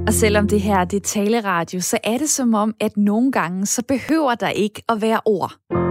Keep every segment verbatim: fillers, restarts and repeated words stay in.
Og selvom det her det er taleradio, så er det som om, at nogle gange, så behøver der ikke at være ord.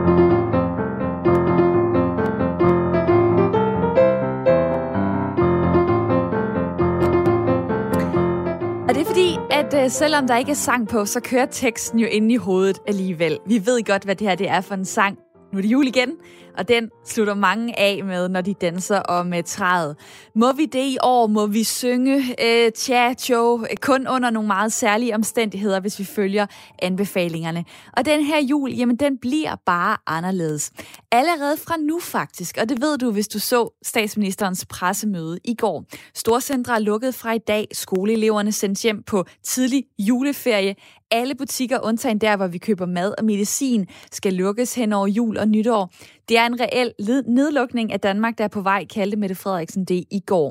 Og det er fordi, at selvom der ikke er sang på, så kører teksten jo inde i hovedet alligevel. Vi ved godt, hvad det her det er for en sang. Nu er det jul igen, og den slutter mange af med, når de danser om uh, træet. Må vi det i år? Må vi synge uh, tja, tjo, kun under nogle meget særlige omstændigheder, hvis vi følger anbefalingerne. Og den her jul, jamen den bliver bare anderledes. Allerede fra nu faktisk, og det ved du, hvis du så statsministerens pressemøde i går. Storcentre er lukket fra i dag, skoleeleverne sendt hjem på tidlig juleferie. Alle butikker, undtagen der, hvor vi køber mad og medicin, skal lukkes hen over jul og nytår. Det er en reel nedlukning af Danmark, der er på vej, kaldte Mette Frederiksen det i går.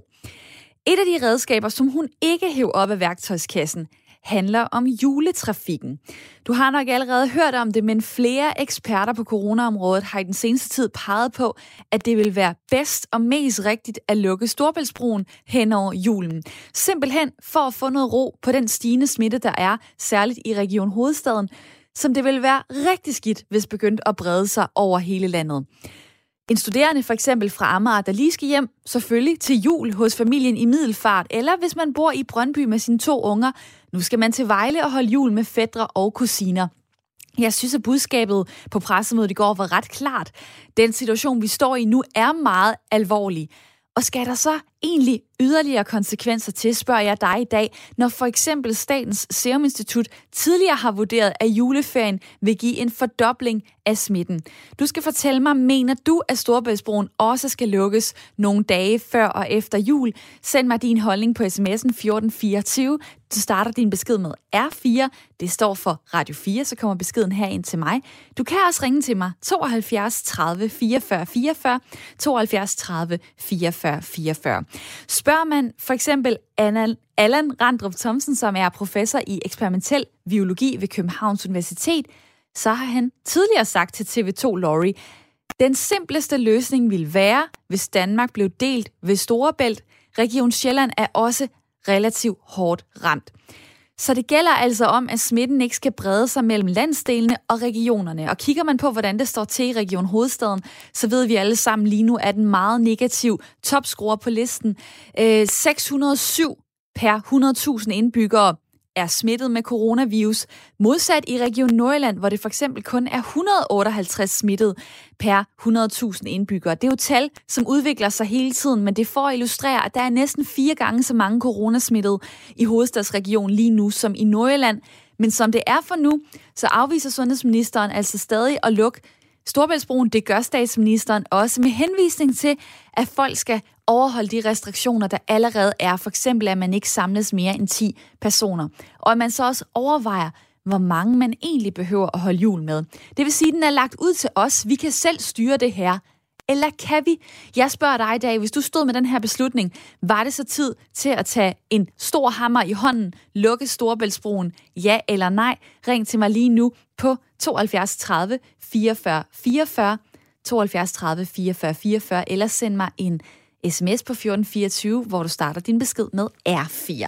Et af de redskaber, som hun ikke hæv op af værktøjskassen, handler om juletrafikken. Du har nok allerede hørt om det, men flere eksperter på coronaområdet har i den seneste tid peget på, at det vil være bedst og mest rigtigt at lukke Storebæltsbroen hen over julen. Simpelthen for at få noget ro på den stigende smitte, der er, særligt i Region Hovedstaden, som det vil være rigtig skidt, hvis begyndt at brede sig over hele landet. En studerende for eksempel fra Amager, der lige skal hjem, selvfølgelig til jul hos familien i Middelfart, eller hvis man bor i Brøndby med sine to unger, nu skal man til Vejle og holde jul med fætre og kusiner. Jeg synes, at budskabet på pressemødet i går var ret klart. Den situation, vi står i nu, er meget alvorlig. Og skal der så egentlig yderligere konsekvenser til, spørger jeg dig i dag, når for eksempel Statens Serum Institut tidligere har vurderet, at juleferien vil give en fordobling af smitten. Du skal fortælle mig, mener du, at Storebæltsbroen også skal lukkes nogle dage før og efter jul? Send mig din holdning på sms'en fjorten fireogtyve. Du starter din besked med R fire. Det står for Radio fire, så kommer beskeden her ind til mig. Du kan også ringe til mig tooghalvfjerds tredive fireogfyrre fireogfyrre, tooghalvfjerds tredive fireogfyrre fireogfyrre. Spørger man for eksempel Allan Randrup Thomsen, som er professor i eksperimentel biologi ved Københavns Universitet, så har han tidligere sagt til T V to Lorry, den simpleste løsning ville være, hvis Danmark blev delt ved Storebælt. Region Sjælland er også relativt hårdt ramt. Så det gælder altså om, at smitten ikke skal brede sig mellem landsdelene og regionerne. Og kigger man på, hvordan det står til i Region Hovedstaden, så ved vi alle sammen lige nu, at den meget negativ topscorer på listen. Øh, seks hundrede og syv per hundrede tusind indbyggere er smittet med coronavirus, modsat i Region Nordjylland, hvor det for eksempel kun er et hundrede og otteoghalvtreds smittet per hundrede tusind indbyggere. Det er jo tal, som udvikler sig hele tiden, men det får at illustrere, at der er næsten fire gange så mange coronasmittede i hovedstadsregionen lige nu som i Nordjylland. Men som det er for nu, så afviser sundhedsministeren altså stadig at lukke Storebæltsbroen. Det gør statsministeren også med henvisning til, at folk skal overholde de restriktioner, der allerede er. For eksempel, at man ikke samles mere end ti personer. Og at man så også overvejer, hvor mange man egentlig behøver at holde jul med. Det vil sige, at den er lagt ud til os. Vi kan selv styre det her. Eller kan vi? Jeg spørger dig i dag, hvis du stod med den her beslutning, var det så tid til at tage en stor hammer i hånden, lukke Storebæltsbroen, ja eller nej? Ring til mig lige nu på tooghalvfjerds tredive fireogfyrre fireogfyrre, tooghalvfjerds tredive fireogfyrre fireogfyrre, eller send mig en sms på fjorten fireogtyve, hvor du starter din besked med R fire.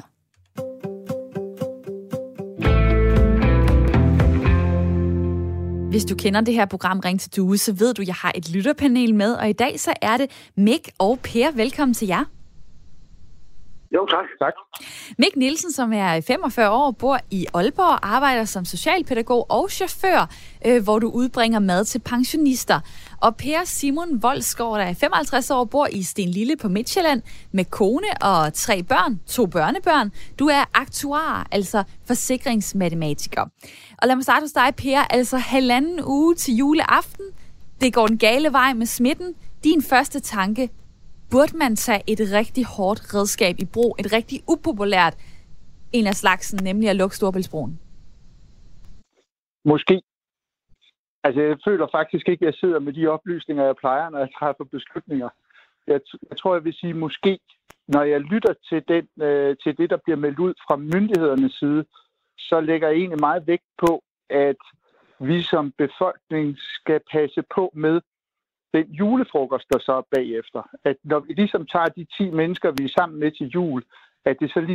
Hvis du kender det her program Ring til Due, så ved du, at jeg har et lytterpanel med, og i dag så er det Mik og Per. Velkommen til jer. Jo, tak. tak. Mik Nielsen, som er femogfyrre år, bor i Aalborg, arbejder som socialpædagog og chauffør, øh, hvor du udbringer mad til pensionister. Og Per Simon Voldsgaard, der er femoghalvtreds år, bor i Stenlille på Midtjylland med kone og tre børn, to børnebørn. Du er aktuar, altså forsikringsmatematiker. Og lad mig starte hos dig, Per. Altså halvanden uge til juleaften. Det går den gale vej med smitten. Din første tanke: burde man tage et rigtig hårdt redskab i brug, et rigtig upopulært en af slagsen, nemlig at lukke Storebæltsbroen? Måske. Altså, jeg føler faktisk ikke, at jeg sidder med de oplysninger, jeg plejer, når jeg træffer beslutninger. Jeg, jeg tror, jeg vil sige måske, når jeg lytter til, den, øh, til det, der bliver meldt ud fra myndighedernes side, så lægger jeg egentlig meget vægt på, at vi som befolkning skal passe på med den julefrokost, der så er bagefter. At når vi ligesom tager de ti mennesker, vi er sammen med til jul, at det så ligesom er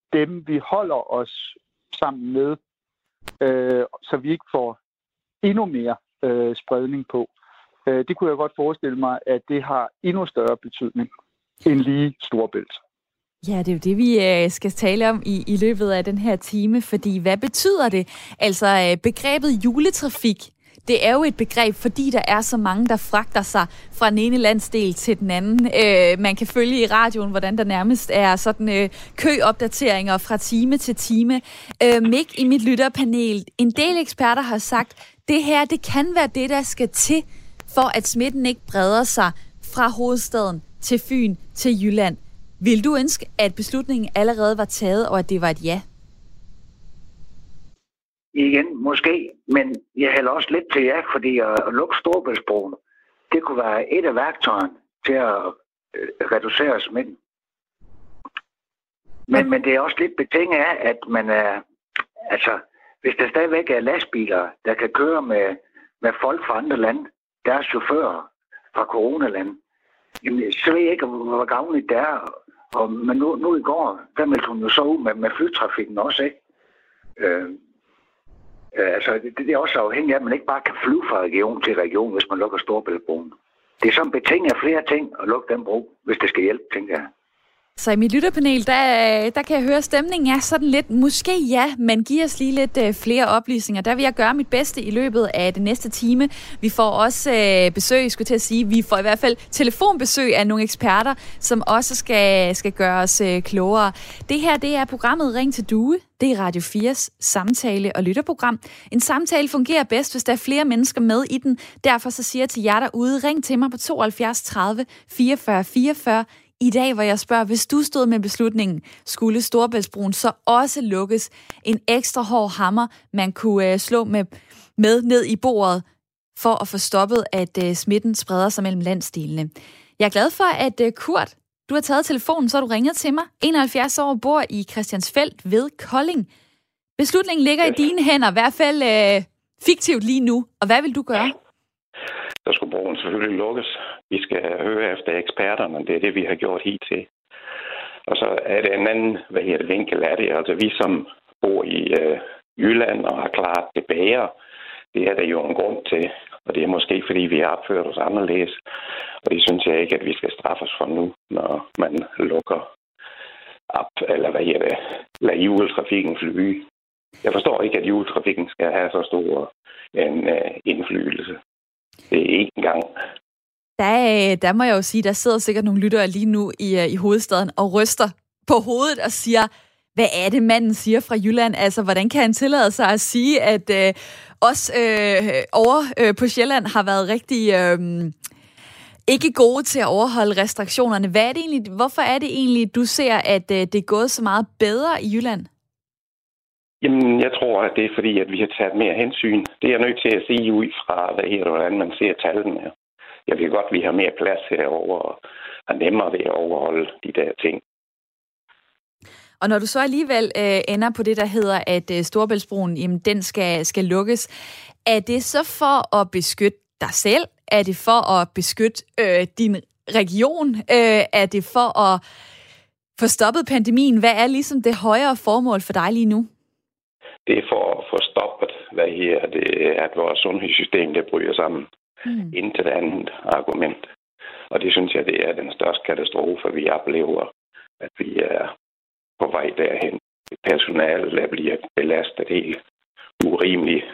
dem, vi holder os sammen med, øh, så vi ikke får endnu mere øh, spredning på. Øh, det kunne jeg godt forestille mig, at det har endnu større betydning end lige Storebælt. Ja, det er jo det, vi øh, skal tale om i, i løbet af den her time, fordi hvad betyder det? Altså øh, begrebet juletrafik, det er jo et begreb, fordi der er så mange, der fragter sig fra den ene landsdel til den anden. Øh, man kan følge i radioen, hvordan der nærmest er sådan øh, køopdateringer fra time til time. Øh, Mik i mit lytterpanel, en del eksperter har sagt, det her, det kan være det, der skal til, for at smitten ikke breder sig fra hovedstaden til Fyn til Jylland. Vil du ønske, at beslutningen allerede var taget, og at det var et ja? Igen, måske, men jeg hælder også lidt til ja, fordi at lukke Storebæltsbroen, det kunne være et af værktøjerne til at øh, reducere smitten. Men, men det er også lidt betinget af, at man er, altså, hvis der stadigvæk er lastbiler, der kan køre med, med folk fra andre lande, deres chauffører fra coronalande, jamen, så ved jeg ikke, hvor gavnligt det er. Og, men nu, nu i går, der meldte hun jo så ud med, med flytrafikken også, ikke? Øh, øh, altså, det, det er også afhængigt af, at man ikke bare kan flyve fra region til region, hvis man lukker Storebæltsbroen. Det er sådan betinget af flere ting at lukke den bro, hvis det skal hjælpe, tænker jeg. Så i mit lytterpanel, der, der kan jeg høre, at stemningen er sådan lidt, måske ja, men giv os lige lidt uh, flere oplysninger. Der vil jeg gøre mit bedste i løbet af det næste time. Vi får også uh, besøg, skulle til at sige, vi får i hvert fald telefonbesøg af nogle eksperter, som også skal, skal gøre os uh, klogere. Det her, det er programmet Ring til Due. Det er Radio fires samtale- og lytterprogram. En samtale fungerer bedst, hvis der er flere mennesker med i den. Derfor så siger jeg til jer derude, ring til mig på tooghalvfjerds tredive fireogfyrre fireogfyrre. I dag, hvor jeg spørger, hvis du stod med beslutningen, skulle Storebæltsbroen så også lukkes? En ekstra hård hammer, man kunne uh, slå med, med ned i bordet, for at få stoppet, at uh, smitten spreder sig mellem landsdelene. Jeg er glad for, at uh, Kurt, du har taget telefonen, så har du ringet til mig. enoghalvfjerds år, bor i Christiansfeld ved Kolding. Beslutningen ligger i dine hænder, i hvert fald uh, fiktivt lige nu. Og hvad vil du gøre? Der skulle broen selvfølgelig lukkes. Vi skal høre efter eksperterne, det er det, vi har gjort hidtil. Og så er det en anden, hvad her det, vinkel af det. Altså vi, som bor i øh, Jylland og har klaret det bedre, det er der jo en grund til. Og det er måske, fordi vi har opført os anderledes. Og det synes jeg ikke, at vi skal straffes for nu, når man lukker op, eller hvad her det, lader juletrafikken flyve. Jeg forstår ikke, at juletrafikken skal have så stor en øh, indflydelse. Det er ikke engang. Der, der må jeg jo sige, der sidder sikkert nogle lyttere lige nu i, i hovedstaden og ryster på hovedet og siger, hvad er det, manden siger fra Jylland? Altså, hvordan kan han tillade sig at sige, at øh, os øh, over øh, på Sjælland har været rigtig øh, ikke gode til at overholde restriktionerne? Hvad er det egentlig, hvorfor er det egentlig, du ser, at øh, det er gået så meget bedre i Jylland? Jamen, jeg tror, at det er fordi, at vi har taget mere hensyn. Det er jeg nødt til at sige ud fra, hvad her, hvordan man ser tallene her. Jeg ved godt, at vi har mere plads herovre og er nemmere ved at overholde de der ting. Og når du så alligevel øh, ender på det, der hedder, at øh, Storebæltsbroen, jamen, den skal, skal lukkes, er det så for at beskytte dig selv? Er det for at beskytte øh, din region? Øh, er det for at få stoppet pandemien? Hvad er ligesom det højere formål for dig lige nu? Det er for at få stoppet, hvad her, det er, at vores sundhedssystem, det bryder sammen mm. ind til det andet argument. Og det synes jeg, det er den største katastrofe, vi oplever, at vi er på vej derhen. Personalet der bliver belastet helt urimeligt.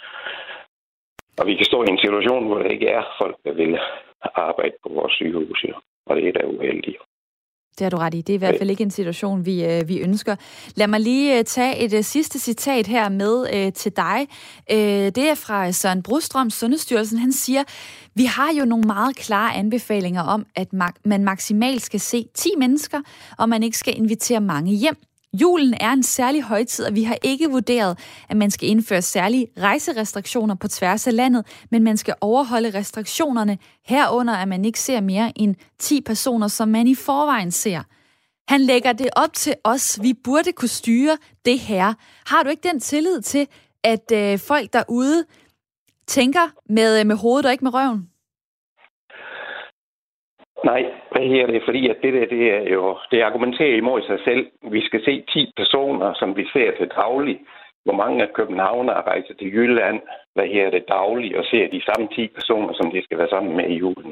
Og vi kan stå i en situation, hvor der ikke er folk, der vil arbejde på vores sygehus, og det er da uheldigt. Det har du ret i. Det er i hvert fald ikke en situation, vi, øh, vi ønsker. Lad mig lige øh, tage et øh, sidste citat her med øh, til dig. Øh, det er fra Søren Brostrøm, Sundhedsstyrelsen. Han siger, vi har jo nogle meget klare anbefalinger om, at ma- man maksimalt skal se ti mennesker, og man ikke skal invitere mange hjem. Julen er en særlig højtid, og vi har ikke vurderet, at man skal indføre særlige rejserestriktioner på tværs af landet, men man skal overholde restriktionerne herunder, at man ikke ser mere end ti personer, som man i forvejen ser. Han lægger det op til os. Vi burde kunne styre det her. Har du ikke den tillid til, at øh, folk derude tænker med, med hovedet og ikke med røven? Nej, hvad her det? Fordi at det der, det er jo, det argumenterer imod sig selv. Vi skal se ti personer, som vi ser til daglig. Hvor mange af københavnere rejser til Jylland, hvad her det dagligt, og ser de samme ti personer, som de skal være sammen med i julen.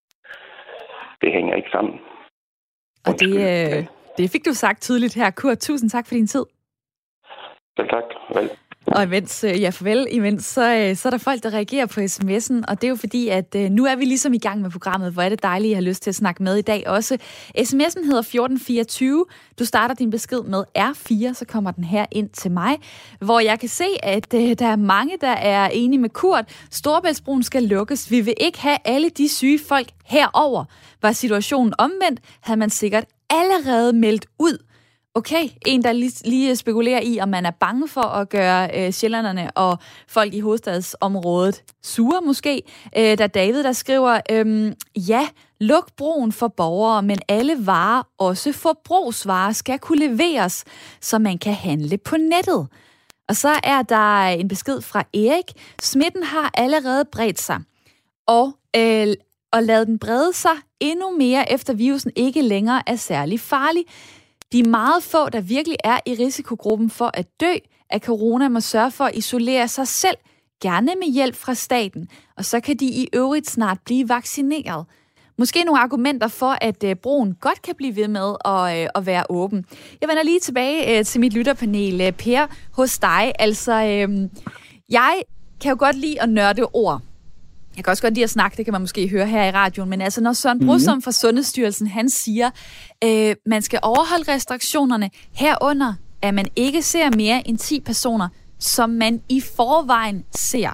Det hænger ikke sammen. Og det, øh, det fik du sagt tydeligt her, Kurt. Tusind tak for din tid. Selv tak. Vel. Og imens, ja farvel, imens, så, så er der folk, der reagerer på sms'en, og det er jo fordi, at nu er vi ligesom i gang med programmet, hvor er det dejligt, at jeg har lyst til at snakke med i dag også. sms'en hedder fjorten fireogtyve. Du starter din besked med R fire, så kommer den her ind til mig, hvor jeg kan se, at uh, der er mange, der er enige med Kurt. Storebæltsbroen skal lukkes. Vi vil ikke have alle de syge folk herover. Var situationen omvendt, havde man sikkert allerede meldt ud. Okay, en, der lige, lige spekulerer i, om man er bange for at gøre øh, sjællanderne og folk i hovedstadsområdet sure måske. Øh, der er David, der skriver, øhm, ja, luk broen for borgere, men alle varer, også forbrugsvarer, skal kunne leveres, så man kan handle på nettet. Og så er der en besked fra Erik. Smitten har allerede bredt sig, og, øh, og ladet den brede sig endnu mere, efter virusen ikke længere er særlig farlig. De meget få, der virkelig er i risikogruppen for at dø af corona, må sørge for at isolere sig selv, gerne med hjælp fra staten, og så kan de i øvrigt snart blive vaccineret. Måske nogle argumenter for, at broen godt kan blive ved med at, at være åben. Jeg vender lige tilbage til mit lytterpanel. Per, hos dig. Altså, jeg kan jo godt lide at nørde ord. Jeg kan også godt lide at snakke, det kan man måske høre her i radioen, men altså når Søren Brostrøm mm-hmm. fra Sundhedsstyrelsen, han siger, øh, man skal overholde restriktionerne herunder, at man ikke ser mere end ti personer, som man i forvejen ser.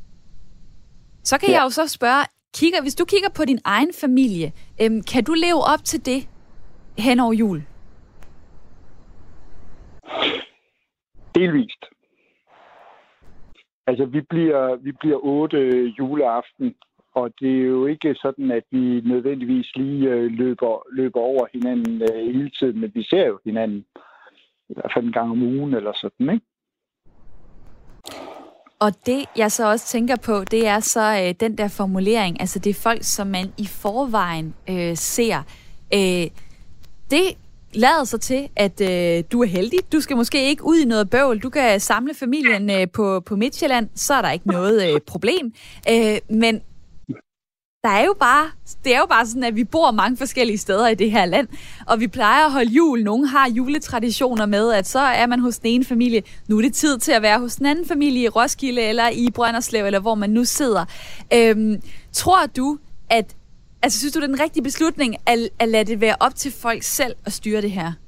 Så kan ja. jeg jo så spørge, kigger, hvis du kigger på din egen familie, øh, kan du leve op til det hen over jul? Delvist. Altså, vi bliver, vi bliver otte juleaften, og det er jo ikke sådan, at vi nødvendigvis lige øh, løber, løber over hinanden øh, hele tiden, men vi ser jo hinanden i hvert fald en gang om ugen eller sådan, ikke? Og det, jeg så også tænker på, det er så øh, den der formulering, altså det er folk, som man i forvejen øh, ser. Øh, det lader sig til, at øh, du er heldig. Du skal måske ikke ud i noget bøvl. Du kan samle familien øh, på, på Midtjylland, så er der ikke noget øh, problem. Øh, men der er jo bare, det er jo bare sådan, at vi bor mange forskellige steder i det her land, og vi plejer at holde jul. Nogle har juletraditioner med, at så er man hos den ene familie. Nu er det tid til at være hos den anden familie i Roskilde, eller i Brønderslev, eller hvor man nu sidder. Øh, tror du, at Altså, synes du, det er den rigtige beslutning at, at lade det være op til folk selv at styre det her?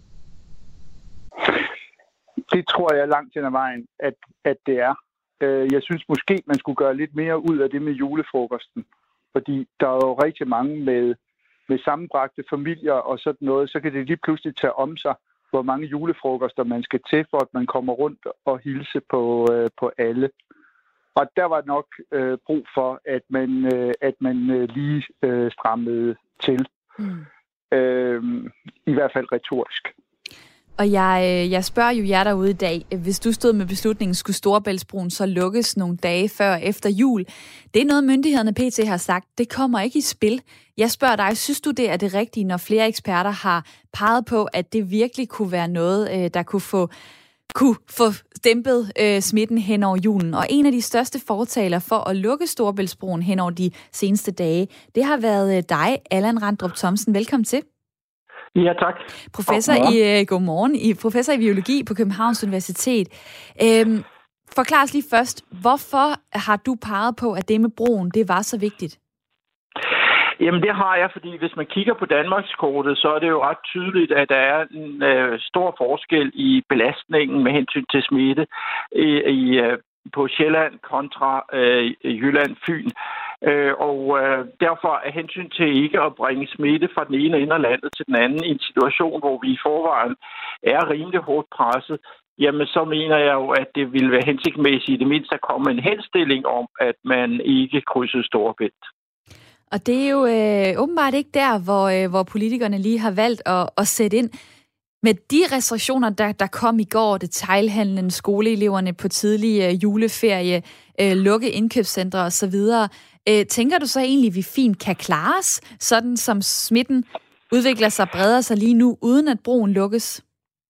Det tror jeg langt hen ad vejen, at, at det er. Jeg synes måske, man skulle gøre lidt mere ud af det med julefrokosten. Fordi der er jo rigtig mange med, med sammenbragte familier og sådan noget, så kan det lige pludselig tage om sig, hvor mange julefrokoster man skal til, for at man kommer rundt og hilse på, på alle. Og der var nok øh, brug for, at man, øh, at man øh, lige øh, strammede til. Mm. Øh, I hvert fald retorisk. Og jeg, jeg spørger jo jer derude i dag, hvis du stod med beslutningen, skulle Storebæltsbroen så lukkes nogle dage før efter jul? Det er noget, myndighederne P T har sagt. Det kommer ikke i spil. Jeg spørger dig, synes du, det er det rigtige, når flere eksperter har peget på, at det virkelig kunne være noget, der kunne få kunne få dæmpet øh, smitten hen over julen. Og en af de største fortaler for at lukke Storebæltsbroen hen over de seneste dage, det har været øh, dig, Allan Randrup Thomsen. Velkommen til. Ja, tak. Professor i, øh, godmorgen, i, professor i biologi på Københavns Universitet. Øhm, forklar os lige først, hvorfor har du peget på, at det med broen, det var så vigtigt? Jamen det har jeg, fordi hvis man kigger på Danmarkskortet, så er det jo ret tydeligt, at der er en øh, stor forskel i belastningen med hensyn til smitte i, i, øh, på Sjælland kontra øh, Jylland, Fyn. Øh, og øh, derfor er hensyn til ikke at bringe smitte fra den ene ende af landet til den anden i en situation, hvor vi i forvejen er rimelig hårdt presset, jamen så mener jeg jo, at det ville være hensigtsmæssigt i det mindste at komme en henstilling om, at man ikke krydser Storebælt. Og det er jo øh, åbenbart ikke der, hvor, øh, hvor politikerne lige har valgt at, at sætte ind. Med de restriktioner, der, der kom i går, detailhandlen, skoleeleverne på tidlig øh, juleferie, øh, lukke indkøbscentre osv., Øh, tænker du så egentlig, at vi fint kan klare os, sådan som smitten udvikler sig, breder sig lige nu, uden at broen lukkes?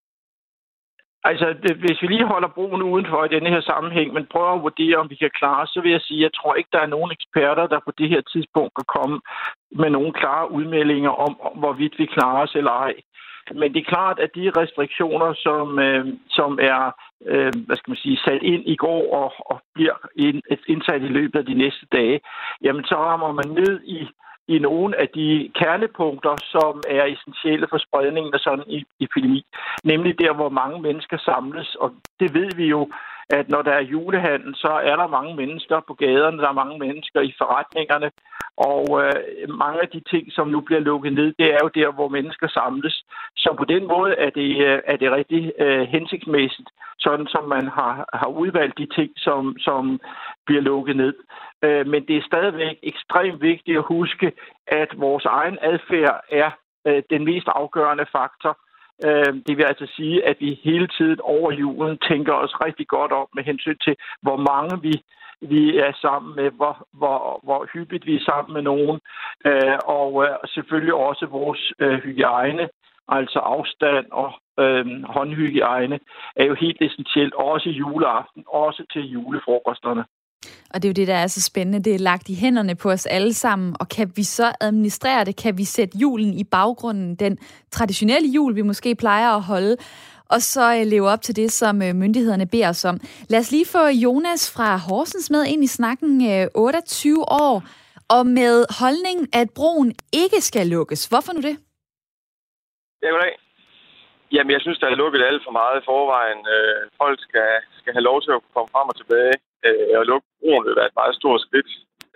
Altså, det, hvis vi lige holder broen udenfor i denne her sammenhæng, men prøver at vurdere, om vi kan klare, så vil jeg sige, at jeg tror ikke, der er nogen eksperter, der på det her tidspunkt kan komme med nogle klare udmeldinger om, hvorvidt vi klarer os eller ej. Men det er klart, at de restriktioner, som, øh, som er øh, hvad skal man sige, sat ind i går og, og bliver indsat i løbet af de næste dage, jamen så rammer man ned i i nogle af de kernepunkter, som er essentielle for spredningen af sådan en epidemi. Nemlig der, hvor mange mennesker samles. Og det ved vi jo, at når der er julehandel, så er der mange mennesker på gaderne, der er mange mennesker i forretningerne. Og øh, mange af de ting, som nu bliver lukket ned, det er jo der, hvor mennesker samles. Så på den måde er det, øh, er det rigtig øh, hensigtsmæssigt, sådan som man har, har udvalgt de ting, som, som bliver lukket ned. Øh, men det er stadigvæk ekstremt vigtigt at huske, at vores egen adfærd er øh, den mest afgørende faktor. Øh, det vil altså sige, at vi hele tiden over julen tænker os rigtig godt om med hensyn til, hvor mange vi vi er sammen med, hvor, hvor, hvor hyppigt vi er sammen med nogen, øh, og øh, selvfølgelig også vores øh, hygiejne, altså afstand og øh, håndhygiejne, er jo helt essentielt, også juleaften, også til julefrokosterne. Og det er jo det, der er så spændende. Det er lagt i hænderne på os alle sammen, og kan vi så administrere det? Kan vi sætte julen i baggrunden, den traditionelle jul, vi måske plejer at holde, og så leve op til det, som myndighederne beder os om. Lad os lige få Jonas fra Horsens med ind i snakken, otteogtyve år, og med holdningen, at broen ikke skal lukkes. Hvorfor nu det? Ja, goddag. Jamen, jeg synes, der er lukket alt for meget i forvejen. Folk skal, skal have lov til at komme frem og tilbage, og lukke broen vil være et meget stort skridt.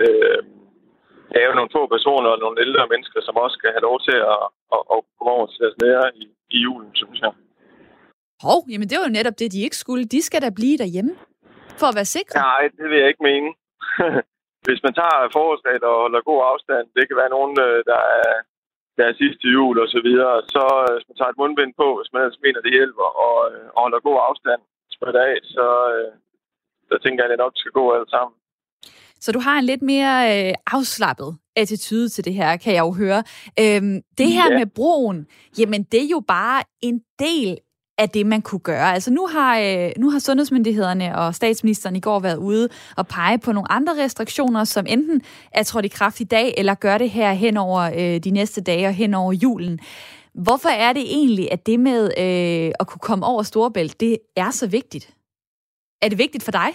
Der er jo nogle få personer og nogle ældre mennesker, som også skal have lov til at, at, at komme over til deres nære i, i julen, synes jeg. Hov, jamen det var jo netop det, de ikke skulle. De skal da blive derhjemme, for at være sikre. Nej, det vil jeg ikke mene. Hvis man tager forholdsregler og holder god afstand, det kan være nogen, der er, der er sidste jul og så videre, så hvis man tager et mundbind på, hvis man ellers mener, det hjælper, og, og holder god afstand spredt af, så, så tænker jeg, at det nok skal gå alt sammen. Så du har en lidt mere øh, afslappet attitude til det her, kan jeg jo høre. Øhm, det her ja. med broen, jamen det er jo bare en del af det, man kunne gøre. Altså nu har, øh, nu har sundhedsmyndighederne og statsministeren i går været ude og pege på nogle andre restriktioner, som enten er trådt i kraft i dag, eller gør det her hen over øh, de næste dage og hen over julen. Hvorfor er det egentlig, at det med øh, at kunne komme over Storebælt, det er så vigtigt? Er det vigtigt for dig?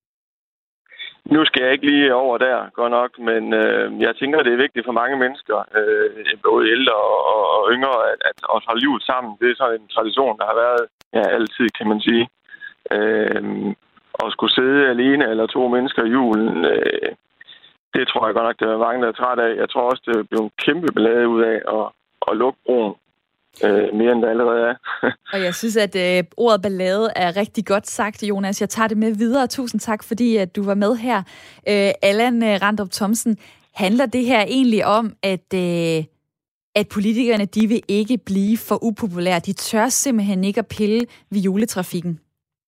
Nu skal jeg ikke lige over der, godt nok, men øh, jeg tænker, det er vigtigt for mange mennesker, øh, både ældre og, og yngre, at, at, at holde jul sammen. Det er sådan en tradition, der har været ja, altid, kan man sige. Øh, at skulle sidde alene eller to mennesker i julen, øh, det tror jeg godt nok, der er mange, der er træt af. Jeg tror også, det bliver en kæmpe ballade ud af at, at lukke broen. Øh, mere end det allerede er. Og jeg synes, at øh, ordet ballade er rigtig godt sagt, Jonas. Jeg tager det med videre. Tusind tak, fordi at du var med her. Øh, Allan øh, Randrup Thomsen, handler det her egentlig om, at, øh, at politikerne de vil ikke blive for upopulære? De tør simpelthen ikke at pille ved juletrafikken?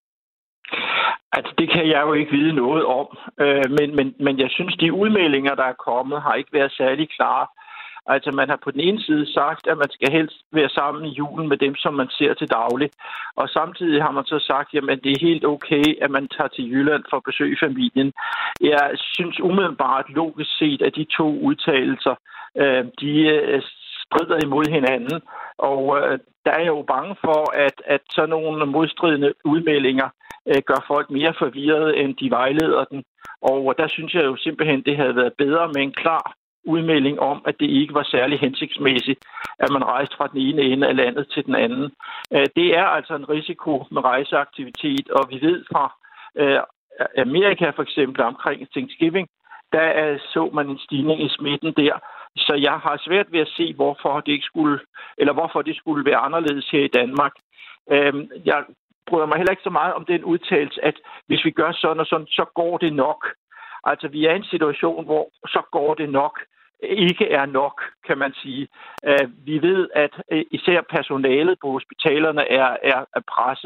Altså, det kan jeg jo ikke vide noget om. Øh, men, men, men jeg synes, de udmeldinger, der er kommet, har ikke været særlig klare. Altså, man har på den ene side sagt, at man skal helst være sammen i julen med dem, som man ser til daglig. Og samtidig har man så sagt, at det er helt okay, at man tager til Jylland for at besøge familien. Jeg synes umiddelbart logisk set, at de to udtalelser, de strider imod hinanden. Og der er jeg jo bange for, at, at sådan nogle modstridende udmeldinger gør folk mere forvirrede, end de vejleder den. Og der synes jeg jo simpelthen, det havde været bedre med en klar udmelding om, at det ikke var særlig hensigtsmæssigt, at man rejste fra den ene ende af landet til den anden. Det er altså en risiko med rejseaktivitet, og vi ved fra Amerika for eksempel omkring Thanksgiving, der så man en stigning i smitten der. Så jeg har svært ved at se, hvorfor det ikke skulle, eller hvorfor det skulle være anderledes her i Danmark. Jeg bryder mig heller ikke så meget om den udtalelse, at hvis vi gør sådan og sådan, så går det nok. Altså, vi er i en situation, hvor så går det nok ikke er nok, kan man sige. Vi ved, at især personalet på hospitalerne er, er, er presset.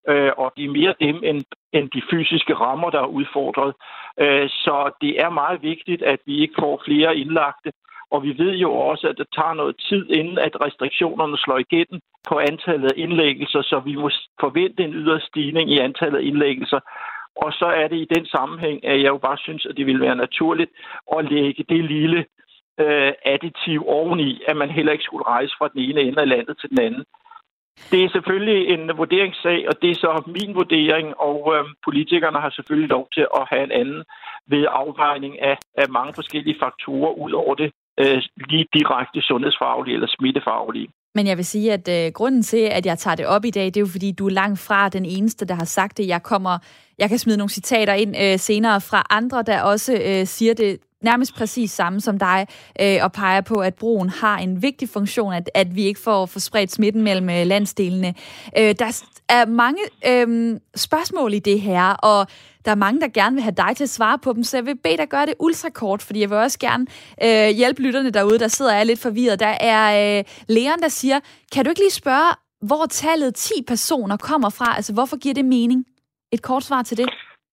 øh, og det er mere dem end, end de fysiske rammer, der er udfordret. Øh, så det er meget vigtigt, at vi ikke får flere indlagte. Og vi ved jo også, at det tager noget tid, inden at restriktionerne slår igennem på antallet af indlæggelser, så vi må forvente en yderligere stigning i antallet af indlæggelser. Og så er det i den sammenhæng, at jeg jo bare synes, at det vil være naturligt at lægge det lille øh, additiv oveni, at man heller ikke skulle rejse fra den ene ende af landet til den anden. Det er selvfølgelig en vurderingssag, og det er så min vurdering, og øh, politikerne har selvfølgelig lov til at have en anden ved afvejning af, af mange forskellige faktorer ud over det øh, lige direkte sundhedsfaglige eller smittefaglige. Men jeg vil sige, at øh, grunden til, at jeg tager det op i dag, det er jo fordi, du er langt fra den eneste, der har sagt det. Jeg kommer, jeg kan smide nogle citater ind øh, senere fra andre, der også øh, siger det nærmest præcis samme som dig, øh, og peger på, at broen har en vigtig funktion, at, at vi ikke får, får spredt smitten mellem øh, landsdelene. Øh, der er mange øh, spørgsmål i det her, og der er mange, der gerne vil have dig til at svare på dem, så jeg vil bede dig gøre det ultrakort, fordi jeg vil også gerne øh, hjælpe lytterne derude, der sidder og er lidt forvirret. Der er øh, Leon, der siger, kan du ikke lige spørge, hvor tallet ti personer kommer fra? Altså, hvorfor giver det mening? Et kort svar til det.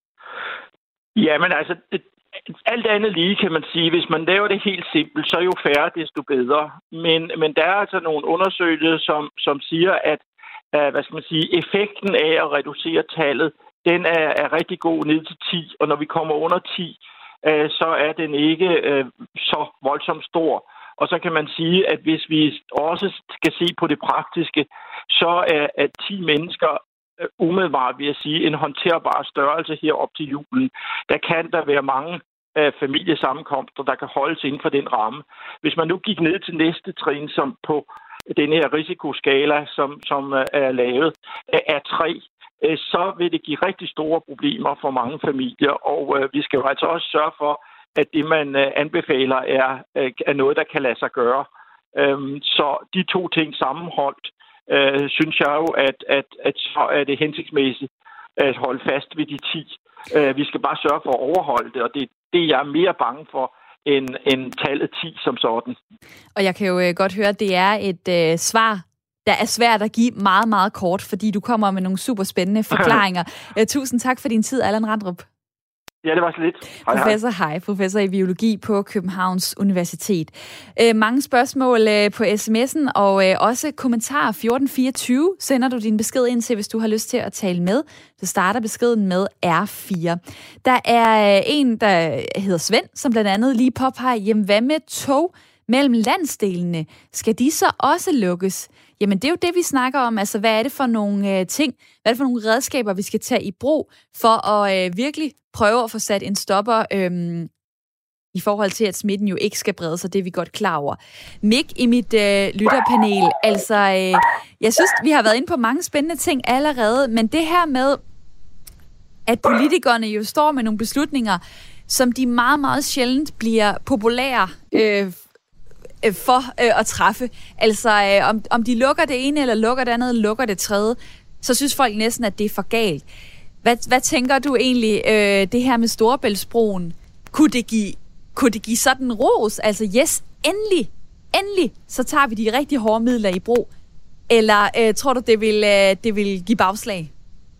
Jamen altså, det, alt andet lige kan man sige, hvis man laver det helt simpelt, så jo færre, desto bedre. Men, men der er altså nogle undersøgelser, som, som siger, at uh, hvad skal man sige, effekten af at reducere tallet, den er, er rigtig god ned til ti, og når vi kommer under ti, uh, så er den ikke uh, så voldsomt stor. Og så kan man sige, at hvis vi også skal se på det praktiske, så er at ti mennesker umiddelbart, vil jeg sige, en håndterbar størrelse her op til julen. Der kan der være mange øh, familiesammenkomster, der kan holdes inden for den ramme. Hvis man nu gik ned til næste trin, som på den her risikoskala, som, som øh, er lavet, øh, er tre, øh, så vil det give rigtig store problemer for mange familier, og øh, vi skal jo altså også sørge for, at det, man øh, anbefaler, er, øh, er noget, der kan lade sig gøre. Øhm, så de to ting sammenholdt, Øh, synes jeg jo, at, at, at så er det hensigtsmæssigt at holde fast ved de ti. Øh, vi skal bare sørge for at overholde det, og det, det er jeg mere bange for end, end tallet ti som sådan. Og jeg kan jo øh, godt høre, at det er et øh, svar, der er svært at give meget, meget kort, fordi du kommer med nogle super spændende forklaringer. øh, tusind tak for din tid, Allan Randrup. Ja, det var så lidt. Hej, professor, hej. hej. Professor i biologi på Københavns Universitet. Øh, mange spørgsmål øh, på sms'en, og øh, også kommentarer fjorten fireogtyve sender du din besked ind til, hvis du har lyst til at tale med. Så starter beskeden med R fire. Der er øh, en, der hedder Svend, som blandt andet lige påpeger, jamen hvad med tog mellem landsdelene? Skal de så også lukkes? Jamen, det er jo det, vi snakker om. Altså, hvad er det for nogle øh, ting, hvad er det for nogle redskaber, vi skal tage i brug for at øh, virkelig prøve at få sat en stopper øh, i forhold til, at smitten jo ikke skal brede sig. Det er vi godt klar over. Mik i mit øh, lytterpanel, altså, øh, jeg synes, vi har været inde på mange spændende ting allerede, men det her med, at politikerne jo står med nogle beslutninger, som de meget, meget sjældent bliver populære øh, for øh, at træffe. Altså, øh, om, om de lukker det ene, eller lukker det andet, eller lukker det tredje, så synes folk næsten, at det er for galt. Hvad, hvad tænker du egentlig, øh, det her med Storebæltsbroen? Kunne det give, kunne det give sådan ros? Altså, yes, endelig, endelig, så tager vi de rigtig hårde midler i brug. Eller øh, tror du, det vil, øh, det vil give bagslag?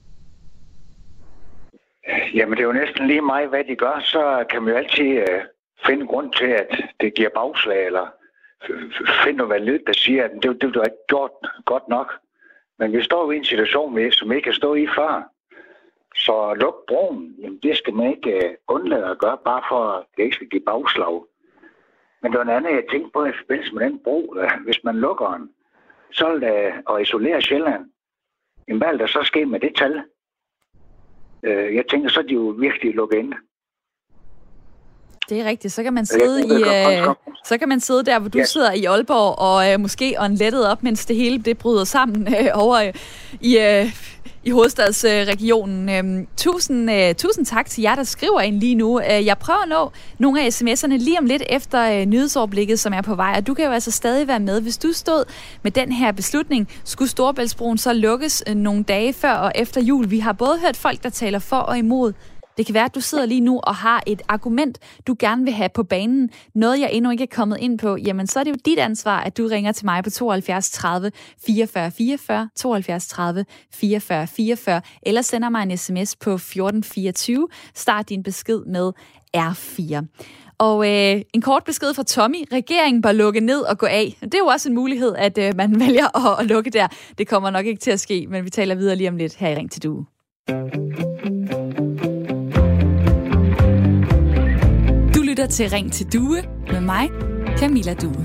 Jamen, det er jo næsten lige meget, hvad de gør. Så kan man jo altid øh, finde grund til, at det giver bagslag, eller finde noget valid, der siger, at det, det, det er ikke gjort godt nok. Men vi står jo i en situation, som ikke kan stå i før. Så luk broen, jamen det skal man ikke uh, undlade at gøre, bare for at det ikke skal give bagslag. Men der er noget andet, jeg tænkte på i forbindelse med den bro. Uh, hvis man lukker den, så vil det uh, at isolere Sjælland. Jamen hvad vil der så ske med det tal? Uh, jeg tænker, så er de jo virkelig lukket ind. Det er rigtigt. Så kan man sidde i, øh, så kan man sidde der, hvor du ja. sidder i Aalborg, og øh, måske åndlettet op, mens det hele det bryder sammen øh, over øh, i, øh, i hovedstadsregionen. Øh, tusind, øh, tusind tak til jer, der skriver ind lige nu. Øh, jeg prøver at nå nogle af sms'erne lige om lidt efter øh, nyhedsoverblikket, som er på vej, og du kan jo altså stadig være med. Hvis du stod med den her beslutning, skulle Storebæltsbroen så lukkes øh, nogle dage før og efter jul. Vi har både hørt folk, der taler for og imod. Det kan være, at du sidder lige nu og har et argument, du gerne vil have på banen. Noget, jeg endnu ikke er kommet ind på. Jamen, så er det jo dit ansvar, at du ringer til mig på tooghalvfjerds tredive fireogfyrre fireogfyrre, tooghalvfjerds tredive fireogfyrre fireogfyrre, eller sender mig en sms på fjorten fireogtyve. Start din besked med R fire. Og øh, en kort besked fra Tommy. Regeringen bør lukke ned og gå af. Det er jo også en mulighed, at øh, man vælger at, at lukke der. Det kommer nok ikke til at ske, men vi taler videre lige om lidt her i Ring til Due. Du lytter til Ring til Due med mig, Camilla Due.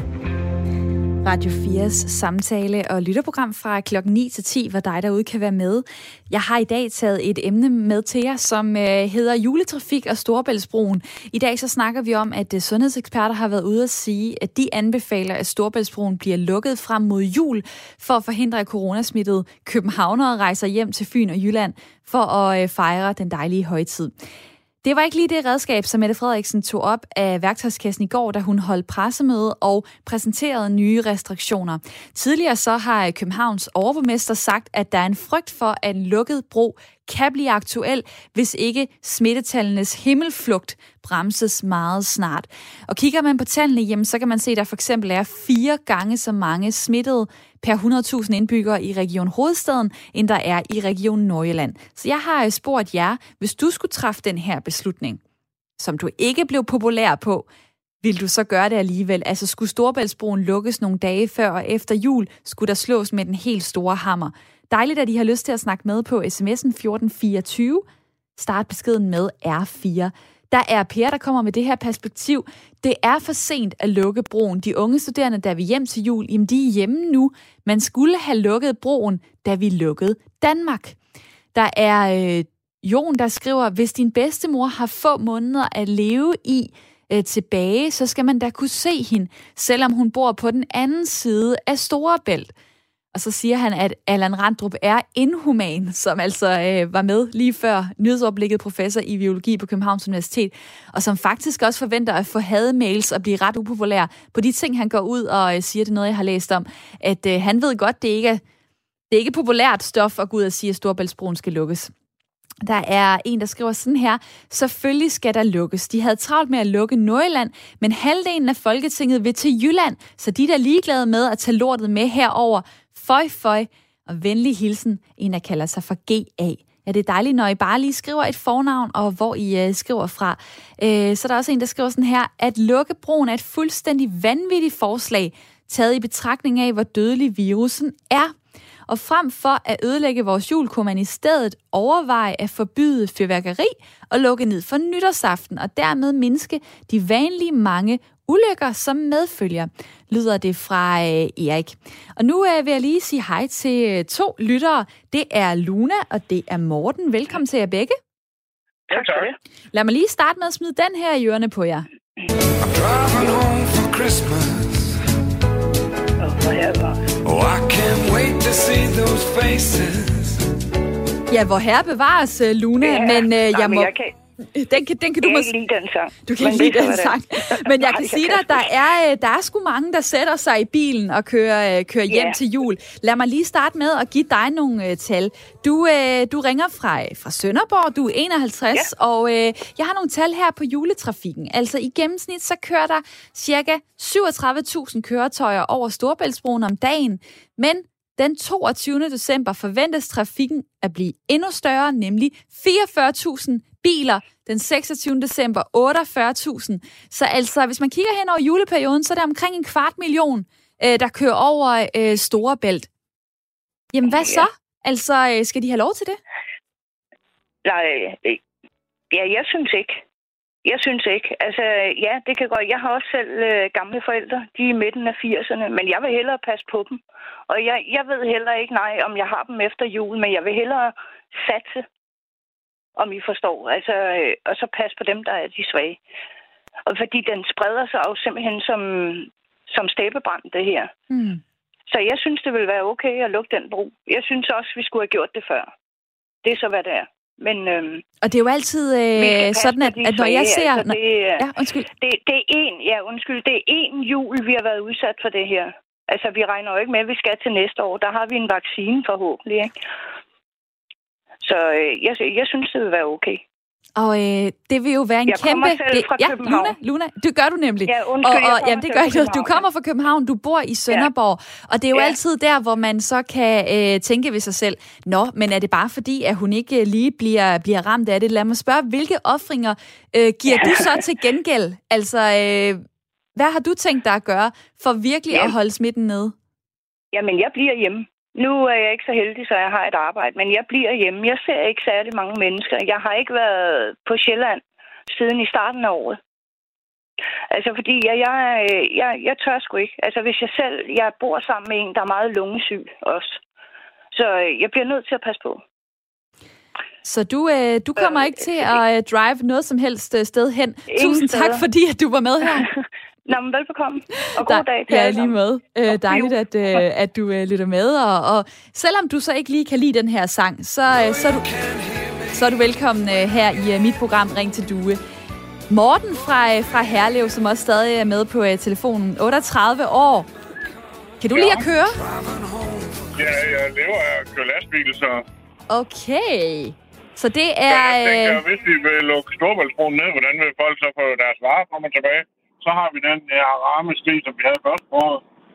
Radio fires samtale- og lytterprogram fra klokken ni til ti, hvor dig derude kan være med. Jeg har i dag taget et emne med til jer, som øh, hedder juletrafik og Storebæltsbroen. I dag så snakker vi om, at øh, sundhedseksperter har været ude at sige, at de anbefaler, at Storebæltsbroen bliver lukket frem mod jul, for at forhindre, at coronasmittede københavnere rejser hjem til Fyn og Jylland for at øh, fejre den dejlige højtid. Det var ikke lige det redskab, som Mette Frederiksen tog op af værktøjskassen i går, da hun holdt pressemøde og præsenterede nye restriktioner. Tidligere så har Københavns overborgmester sagt, at der er en frygt for, at en lukket bro kan blive aktuel, hvis ikke smittetallenes himmelflugt bremses meget snart. Og kigger man på tallene, jamen, så kan man se, at der for eksempel er fire gange så mange smittede per hundrede tusind indbyggere i Region Hovedstaden, end der er i Region Nordjylland. Så jeg har spurgt jer, hvis du skulle træffe den her beslutning, som du ikke blev populær på, vil du så gøre det alligevel? Altså, skulle Storebæltsbroen lukkes nogle dage før og efter jul, skulle der slås med den helt store hammer? Dejligt, at I har lyst til at snakke med på sms'en fjorten fireogtyve. Start beskeden med R fire. Der er Per, der kommer med det her perspektiv. Det er for sent at lukke broen. De unge studerende, der vil hjem til jul, jamen de er hjemme nu. Man skulle have lukket broen, da vi lukkede Danmark. Der er øh, Jon, der skriver, hvis din bedstemor har få måneder at leve i øh, tilbage, så skal man da kunne se hende, selvom hun bor på den anden side af Storebælt. Og så siger han, at Allan Randrup er inhuman, som altså øh, var med lige før nyhedsoverblikket, professor i biologi på Københavns Universitet, og som faktisk også forventer at få hademails og blive ret upopulær på de ting, han går ud og øh, siger, det er noget, jeg har læst om, at øh, han ved godt, det ikke er, det er ikke populært stof at gå ud og sige, at Storebæltsbroen skal lukkes. Der er en, der skriver sådan her, selvfølgelig skal der lukkes. De havde travlt med at lukke Nordjylland, men halvdelen af Folketinget vil til Jylland, så de der er ligeglade med at tage lortet med herover. Føj, føj, og venlig hilsen, en der kalder sig for G A. Ja, det er dejligt, når I bare lige skriver et fornavn, og hvor I uh, skriver fra. Uh, så er der også en, der skriver sådan her, at lukke broen er et fuldstændig vanvittigt forslag, taget i betragtning af, hvor dødelig virusen er. Og frem for at ødelægge vores jul, kunne man i stedet overveje at forbyde fyrværkeri og lukke ned for nytårsaften, og dermed mindske de vanlige mange ulykker, som medfølger, lyder det fra øh, Erik. Og nu øh, vil jeg lige sige hej til øh, to lyttere. Det er Luna, og det er Morten. Velkommen til jer begge. Tak for det. Lad mig lige starte med at smide den her i ørerne på jer. Oh, I can't wait to see those faces. Ja, hvor herre bevares, Luna, ja, men øh, jeg nej, må... Jeg kan... Den kan, den kan du jeg måske... kan ikke lide den sang. Du kan ikke lide den sang. Men jeg kan sige dig, der er, der er sgu mange, der sætter sig i bilen og kører, kører hjem yeah. til jul. Lad mig lige starte med at give dig nogle uh, tal. Du, uh, du ringer fra, fra Sønderborg, du er enoghalvtreds, yeah. og uh, jeg har nogle tal her på juletrafikken. Altså i gennemsnit, så kører der cirka syvogtredive tusind køretøjer over Storebæltsbroen om dagen. Men den toogtyvende december forventes trafikken at blive endnu større, nemlig fireogfyrre tusind biler. Den seksogtyvende december otteogfyrre tusind. Så altså, hvis man kigger hen over juleperioden, så er der omkring en kvart million, øh, der kører over øh, Storebælt. Jamen, hvad så? Altså, øh, skal de have lov til det? Nej, øh, ja, jeg synes ikke. Jeg synes ikke. Altså, ja, det kan godt. Jeg har også selv øh, gamle forældre. De er i midten af firserne, men jeg vil hellere passe på dem. Og jeg, jeg ved heller ikke, nej, om jeg har dem efter jul, men jeg vil hellere satse, om I forstår. Altså, øh, og så passe på dem, der er de svage. Og fordi den spreder sig jo simpelthen som, som stæbebrand, det her. Mm. Så jeg synes, det vil være okay at lukke den bro. Jeg synes også, vi skulle have gjort det før. Det er så, hvad det er. Men, øhm, og det er jo altid øh, sådan, at, at når jeg ser... Altså, det, ja, undskyld. Det, det er en, ja, undskyld, det er en jul, vi har været udsat for det her. Altså, vi regner jo ikke med, at vi skal til næste år. Der har vi en vaccine forhåbentlig, ikke? Så øh, jeg, jeg synes, det vil være okay. Og øh, det vil jo være en jeg kæmpe... Jeg kommer selv fra ja, København. Luna, Luna, det gør du nemlig. Ja, undskyld, og, og, jeg jamen, det gør ikke. Du kommer fra København, du bor i Sønderborg, ja. Og det er jo ja. altid der, hvor man så kan øh, tænke ved sig selv, nå, men er det bare fordi, at hun ikke lige bliver, bliver ramt af det? Lad mig spørge, hvilke ofringer øh, giver ja. du så til gengæld? Altså, øh, hvad har du tænkt dig at gøre for virkelig ja. at holde smitten nede? Jamen, jeg bliver hjemme. Nu er jeg ikke så heldig, så jeg har et arbejde, men jeg bliver hjemme. Jeg ser ikke særlig mange mennesker. Jeg har ikke været på Sjælland siden i starten af året. Altså, fordi jeg, jeg, jeg, jeg tør sgu ikke. Altså, hvis jeg selv, jeg bor sammen med en, der er meget lungesyg også. Så jeg bliver nødt til at passe på. Så du, øh, du kommer øh, ikke til at øh, drive noget som helst sted hen. Tusind tak, steder. Fordi at du var med her. Nå, men velbekomme, og god dag til jer. Ja, lige med. Øh, dejligt, at, øh, at du øh, lytter med. Og, og selvom du så ikke lige kan lide den her sang, så, øh, så, er, du, så er du velkommen øh, her i øh, mit program Ring til Due. Morten fra, øh, fra Herlev, som også stadig er med på øh, telefonen, otteogtredive år. Kan du ja. lide at køre? Ja, jeg lever af at køre lastbil, så... Okay. Så det er... Så jeg tænker, øh... hvis vi vil lukke Storebæltsbroen ned, hvordan vil folk så få deres varer frem og tilbage? Så har vi den her ramme sti, som vi havde først på.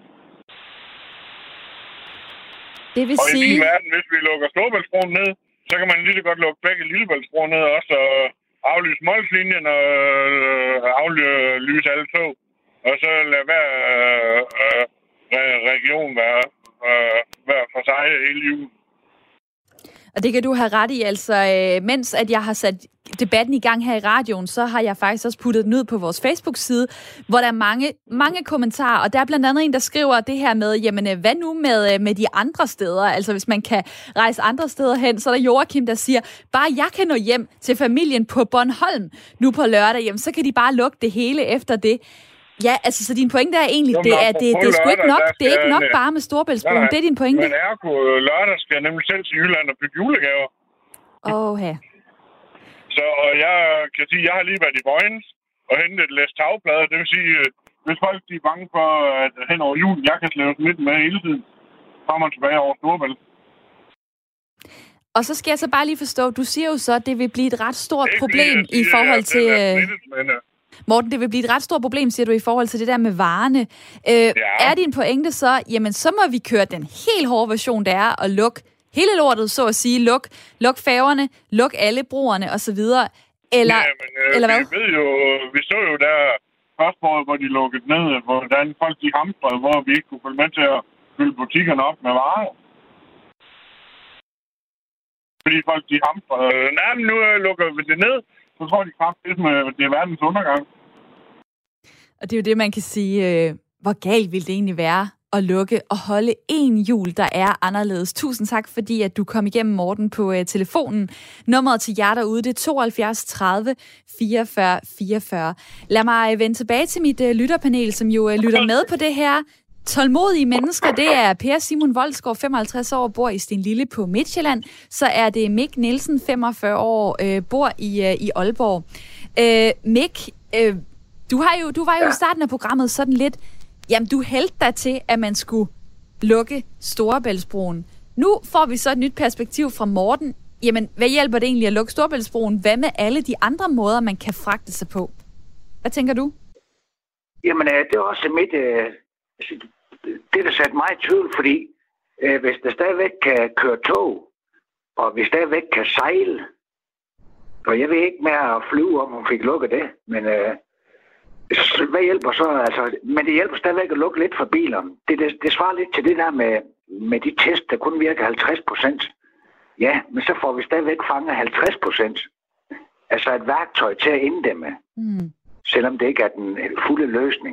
Det vil og sige... Og i min verden, hvis vi lukker Storebæltsbroen ned, så kan man lige så godt lukke begge Lillebæltsbroen ned også, og aflyse Molslinjen og øh, aflyse alle tog. Og så lade hver øh, øh, region være, øh, være for sig hele julen. Og det kan du have ret i, altså øh, mens at jeg har sat debatten i gang her i radioen, så har jeg faktisk også puttet den ud på vores Facebook-side, hvor der er mange, mange kommentarer, og der er blandt andet en, der skriver det her med, jamen hvad nu med, med de andre steder, altså hvis man kan rejse andre steder hen, så er der Joachim, der siger, bare jeg kan nå hjem til familien på Bornholm nu på lørdag, jamen så kan de bare lukke det hele efter det. Ja, altså, så din pointe er egentlig, det er, det, det er sgu ikke nok, det er ikke nok bare med Storebæltsbroen, det er din pointe. Men ergo lørdag skal jeg nemlig selv til Jylland og bygge julegaver. Åh, ja. Så og jeg kan sige, jeg har lige været i Vojens og hentet et læs tagplader. Det vil sige, hvis folk de er bange for, at hen over julen, jeg kan slæve lidt med hele tiden, så kommer man tilbage over Storebælt. Og så skal jeg så bare lige forstå, du siger jo så, at det vil blive et ret stort ikke problem lige, i forhold til... Smittet, men, Morten, det vil blive et ret stort problem, siger du, i forhold til det der med varerne. Øh, ja. Er din pointe så, jamen så må vi køre den helt hårde version, der er at lukke hele lortet, så at sige, luk, luk færgerne, luk alle broerne osv., eller, ja, men, øh, eller hvad? Vi ved jo, vi så jo der først, hvor, hvor de lukkede ned, hvordan folk de hamstrede, hvor vi ikke kunne følge med til at fylde butikkerne op med varer. Fordi folk de hamstrede. Nej, men nu lukker vi det ned, så tror de kraftigt med, det er verdens undergang. Og det er jo det, man kan sige, øh, hvor galt vil det egentlig være at lukke og holde en jul, der er anderledes. Tusind tak, fordi at du kom igennem, Morten, på øh, telefonen. Nummeret til jer derude, det er tooghalvfjerds tredive fireogfyrre fireogfyrre. Lad mig vende tilbage til mit øh, lytterpanel, som jo øh, lytter med på det her. Tålmodige mennesker, det er Per Simon Voldsgaard, femoghalvtreds år, bor i Stenlille på Midtjylland. Så er det Mik Nielsen, femogfyrre år, øh, bor i, øh, i Aalborg. Øh, Mik, øh, du, har jo, du var jo ja. i starten af programmet sådan lidt, jamen du hældte dig til, at man skulle lukke Storebæltsbroen. Nu får vi så et nyt perspektiv fra Morten. Jamen, hvad hjælper det egentlig at lukke Storebæltsbroen? Hvad med alle de andre måder, man kan fragte sig på? Hvad tænker du? Jamen, det er også mit... Øh, det, der satte mig i tvivl, fordi øh, hvis der stadigvæk kan køre tog, og vi stadigvæk kan sejle, og jeg ved ikke mere at flyve, om hun fik lukket det, men øh, hvad hjælper så? Altså, men det hjælper stadigvæk at lukke lidt for bilerne. Det, det, det svarer lidt til det der med, med de test, der kun virker halvtreds procent. Ja, men så får vi stadigvæk fanget halvtreds procent. Altså et værktøj til at inddæmme, mm. selvom det ikke er den fulde løsning.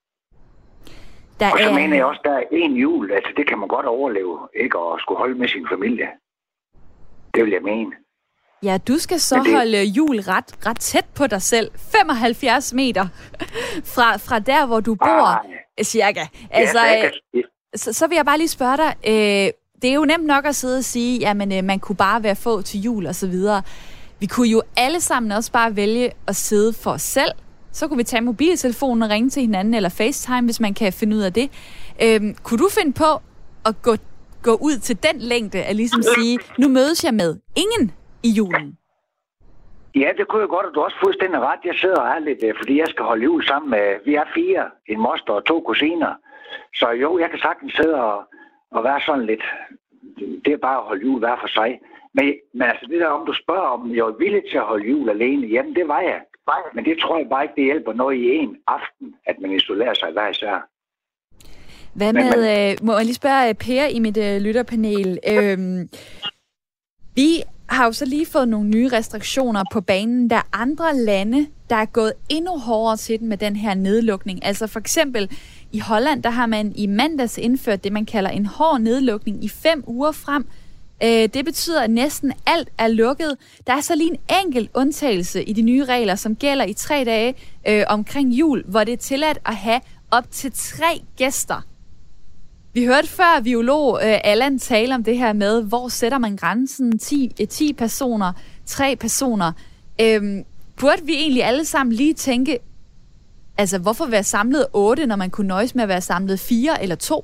Der og så er... mener jeg også, der er en jul, altså det kan man godt overleve, ikke at skulle holde med sin familie. Det vil jeg mene. Ja, du skal så det... holde jul ret, ret tæt på dig selv. femoghalvfjerds meter fra, fra der, hvor du bor, ah, cirka. Altså, ja, kan... så, så vil jeg bare lige spørge dig, øh, det er jo nemt nok at sidde og sige, jamen øh, man kunne bare være få til jul og så videre. Vi kunne jo alle sammen også bare vælge at sidde for os selv. Så kunne vi tage mobiltelefonen og ringe til hinanden, eller FaceTime, hvis man kan finde ud af det. Øhm, kunne du finde på at gå, gå ud til den længde, at ligesom sige, nu mødes jeg med ingen i julen? Ja, det kunne jeg godt, og du har også fuldstændig ret. Jeg sidder og er lidt, fordi jeg skal holde jul sammen med, vi er fire, en moster og to kusiner. Så jo, jeg kan sagtens sidde og, og være sådan lidt, det er bare at holde jul hver for sig. Men, men altså det der, om du spørger, om jeg er villig til at holde jul alene, jamen det var jeg. Men det tror jeg bare ikke, det hjælper noget i en aften, at man isolerer sig hver især. Hvad med, men, men, øh, må jeg lige spørge Per i mit øh, lytterpanel. Øhm, vi har jo så lige fået nogle nye restriktioner på banen. Der er andre lande, der er gået endnu hårdere til den med den her nedlukning. Altså for eksempel i Holland, der har man i mandags indført det, man kalder en hård nedlukning i fem uger frem. Det betyder, at næsten alt er lukket. Der er så lige en enkelt undtagelse i de nye regler, som gælder i tre dage øh, omkring jul, hvor det er tilladt at have op til tre gæster. Vi hørte før biolog øh, Allan tale om det her med, hvor sætter man grænsen? ti personer, tre personer. Øhm, burde vi egentlig alle sammen lige tænke, altså hvorfor være samlet otte, når man kunne nøjes med at være samlet fire eller to?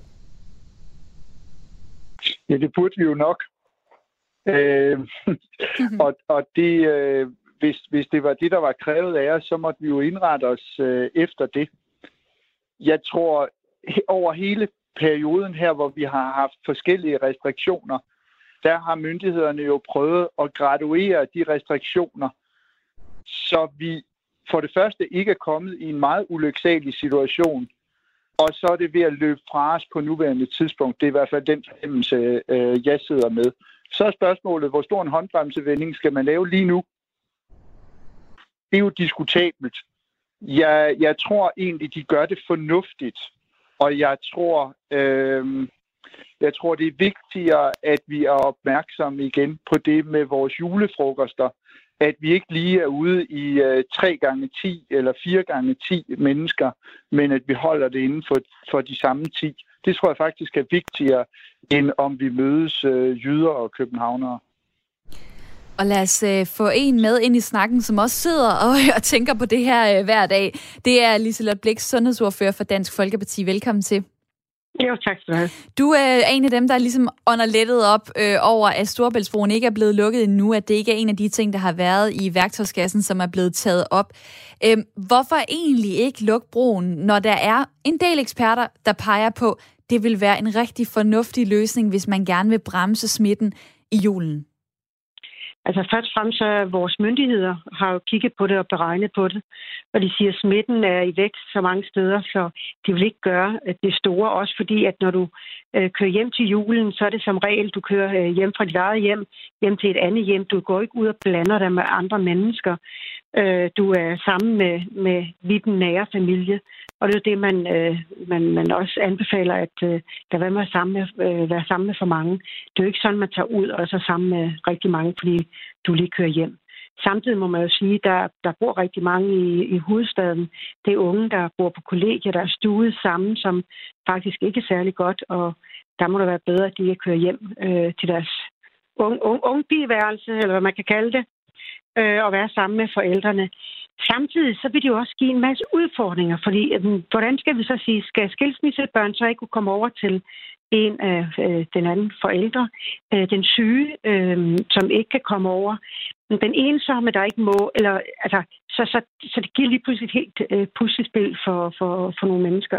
Ja, det burde vi jo nok. Øh, og og det, øh, hvis, hvis det var det, der var krævet af os, så måtte vi jo indrette os øh, efter det. Jeg tror, over hele perioden her, hvor vi har haft forskellige restriktioner, der har myndighederne jo prøvet at graduere de restriktioner, så vi for det første ikke er kommet i en meget ulyksalig situation, og så er det ved at løbe fra os på nuværende tidspunkt. Det er i hvert fald den fornemmelse, øh, jeg sidder med. Så er spørgsmålet, hvor stor en håndbremsevending skal man lave lige nu? Det er jo diskutabelt. Jeg, jeg tror egentlig, de gør det fornuftigt. Og jeg tror, øh, jeg tror, det er vigtigere, at vi er opmærksomme igen på det med vores julefrokoster. At vi ikke lige er ude i øh, tre gange ti eller fire gange ti mennesker, men at vi holder det inden for, for de samme ti. Det tror jeg faktisk er vigtigere, end om vi mødes øh, jyder og københavnere. Og lad os øh, få en med ind i snakken, som også sidder og, og tænker på det her øh, hver dag. Det er Liselott Blixt, sundhedsordfører for Dansk Folkeparti. Velkommen til. Jo, tak skal du have. Du er en af dem, der ligesom ånder lettet op øh, over, at Storebæltsbroen ikke er blevet lukket endnu, at det ikke er en af de ting, der har været i værktøjskassen, som er blevet taget op. Øh, hvorfor egentlig ikke lukke broen, når der er en del eksperter, der peger på, det vil være en rigtig fornuftig løsning, hvis man gerne vil bremse smitten i julen? Altså først og fremmest så vores myndigheder har jo kigget på det og beregnet på det, og de siger, at smitten er i vækst så mange steder, så de vil ikke gøre det store, også fordi at når du øh, kører hjem til julen, så er det som regel, du kører øh, hjem fra dit eget hjem, hjem til et andet hjem. Du går ikke ud og blander dig med andre mennesker. Øh, du er sammen med, med vidt nære familie, og det er det, man, øh, man, man også anbefaler, at øh, der være med sammen med, øh, være sammen med for mange. Det er jo ikke sådan, man tager ud og så sammen med rigtig mange, fordi du lige kører hjem. Samtidig må man jo sige, at der, der bor rigtig mange i, i hovedstaden. Det er unge, der bor på kollegier, der er stuet sammen, som faktisk ikke er særlig godt, og der må det være bedre, at de ikke kører hjem øh, til deres unge, unge, unge biværelse, eller hvad man kan kalde det, øh, og være sammen med forældrene. Samtidig så vil det jo også give en masse udfordringer, fordi øh, hvordan skal vi så sige, skal skilsmissebørn så ikke kunne komme over til en af øh, den anden forældre, øh, den syge, øh, som ikke kan komme over. Men den ensomme, der ikke må, eller altså, så, så, så det giver lige pludselig et helt øh, puslespil for, for, for nogle mennesker.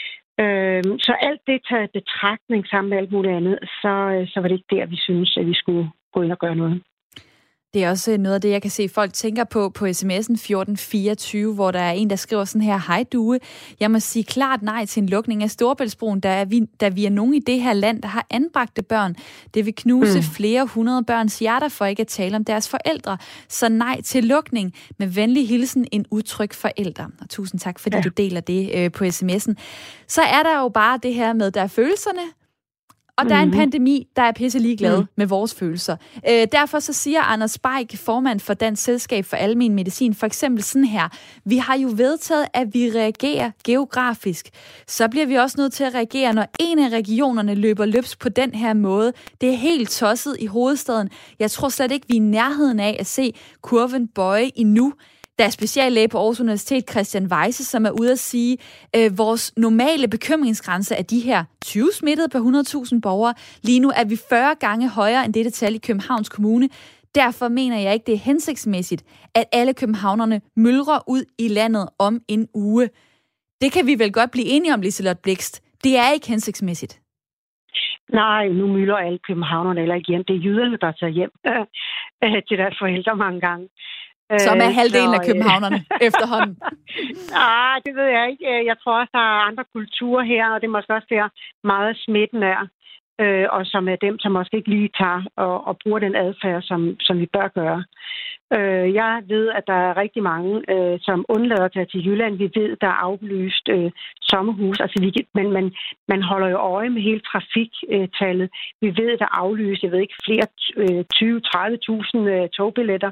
Øh, så alt det taget betragtning sammen med alt muligt andet, så, øh, så var det ikke der, vi synes, at vi skulle gå ind og gøre noget. Det er også noget af det, jeg kan se, folk tænker på på sms'en fjorten fireogtyve, hvor der er en, der skriver sådan her: Hej Due, jeg må sige klart nej til en lukning af Storebæltsbroen, da vi, da vi er nogen i det her land, der har anbragte børn. Det vil knuse mm. flere hundrede børns hjerter for ikke at tale om deres forældre. Så nej til lukning. Med venlig hilsen, en utryg forælder. Og tusind tak, fordi ja. du deler det øh, på sms'en. Så er der jo bare det her med, der er følelserne, og der er en pandemi, der er pisse ligeglade mm. med vores følelser. Øh, derfor så siger Anders Beik, formand for Dansk Selskab for Almen Medicin, for eksempel sådan her: vi har jo vedtaget, at vi reagerer geografisk. Så bliver vi også nødt til at reagere, når en af regionerne løber løbs på den her måde. Det er helt tosset i hovedstaden. Jeg tror slet ikke, vi er i nærheden af at se kurven bøje endnu. Der er speciallæge på Aarhus Universitet, Christian Weisse, som er ude at sige, at vores normale bekymringsgrænse er de her tyve smittede per hundrede tusind borgere. Lige nu er vi fyrre gange højere end dette tal i Københavns Kommune. Derfor mener jeg ikke, det er hensigtsmæssigt, at alle københavnerne myldrer ud i landet om en uge. Det kan vi vel godt blive enige om, Liselott Blixt. Det er ikke hensigtsmæssigt. Nej, nu myldrer alle københavnerne eller ikke hjem. Det er jyderne, der tager hjem til deres forældre mange gange. Som er halvdelen af københavnerne efterhånden. Nej, det ved jeg ikke. Jeg tror også, der er andre kulturer her, og det er måske også der meget smitten er. Øh, og som er dem, som måske ikke lige tager og, og bruger den adfærd, som, som vi bør gøre. Øh, jeg ved, at der er rigtig mange, øh, som undlader at tage til Jylland. Vi ved, der er aflyst øh, sommerhus. Altså, vi, man, man, man holder jo øje med hele trafiktallet. Vi ved, der er aflyst, jeg ved ikke, flere øh, tyve til tredive tusind øh, togbilletter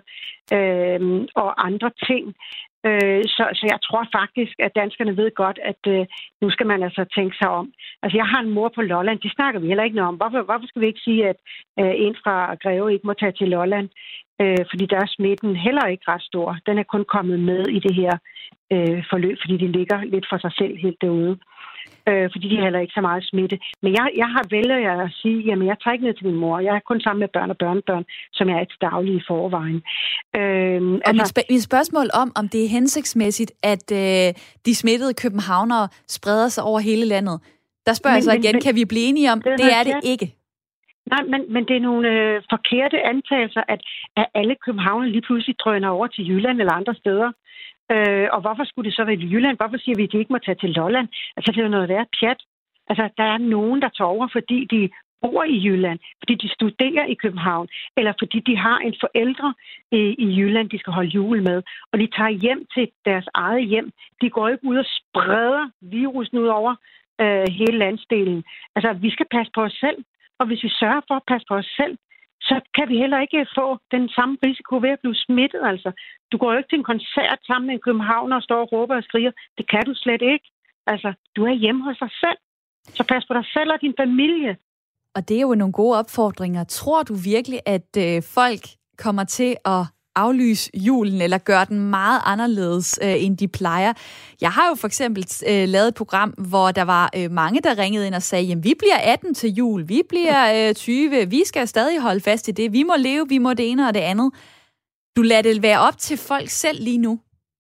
øh, og andre ting. Så, så jeg tror faktisk, at danskerne ved godt, at øh, nu skal man altså tænke sig om. Altså, jeg har en mor på Lolland, det snakker vi heller ikke noget om. Hvorfor, hvorfor skal vi ikke sige, at øh, en fra Greve ikke må tage til Lolland? Øh, fordi der er smitten heller ikke ret stor. Den er kun kommet med i det her øh, forløb, fordi de ligger lidt for sig selv helt derude. Øh, fordi de har heller ikke så meget smitte. Men jeg, jeg har vælget at sige, jamen jeg tager ikke ned til min mor. Jeg er kun sammen med børn og børnebørn, som jeg er til daglig i forvejen. Øh, og altså, mit, sp- mit spørgsmål om, om det er hensigtsmæssigt, at øh, de smittede københavnere spreder sig over hele landet. Der spørger men, jeg så igen, men, kan vi blive enige om, det, det er det ikke? Nej, men, men det er nogle øh, forkerte antagelser, at, at alle københavnere lige pludselig drøner over til Jylland eller andre steder. Øh, og hvorfor skulle det så være i Jylland? Hvorfor siger vi, at de ikke må tage til Lolland? Altså, det er jo noget værd pjat. Altså, der er nogen, der tager over, fordi de bor i Jylland, fordi de studerer i København, eller fordi de har en forældre i, i Jylland, de skal holde jul med, og de tager hjem til deres eget hjem. De går ikke ud og spreder virusen ud over øh, hele landsdelen. Altså, vi skal passe på os selv, og hvis vi sørger for at passe på os selv, så kan vi heller ikke få den samme risiko ved at blive smittet. Altså, du går jo ikke til en koncert sammen med en københavner og står og råber og skriger. Det kan du slet ikke. Altså, du er hjemme hos dig selv. Så pas på dig selv og din familie. Og det er jo nogle gode opfordringer. Tror du virkelig, at øh, folk kommer til at aflyse julen, eller gøre den meget anderledes, øh, end de plejer? Jeg har jo for eksempel øh, lavet et program, hvor der var øh, mange, der ringede ind og sagde, jamen vi bliver atten til jul, vi bliver øh, tyve, vi skal stadig holde fast i det, vi må leve, vi må det ene og det andet. Du lader det være op til folk selv lige nu?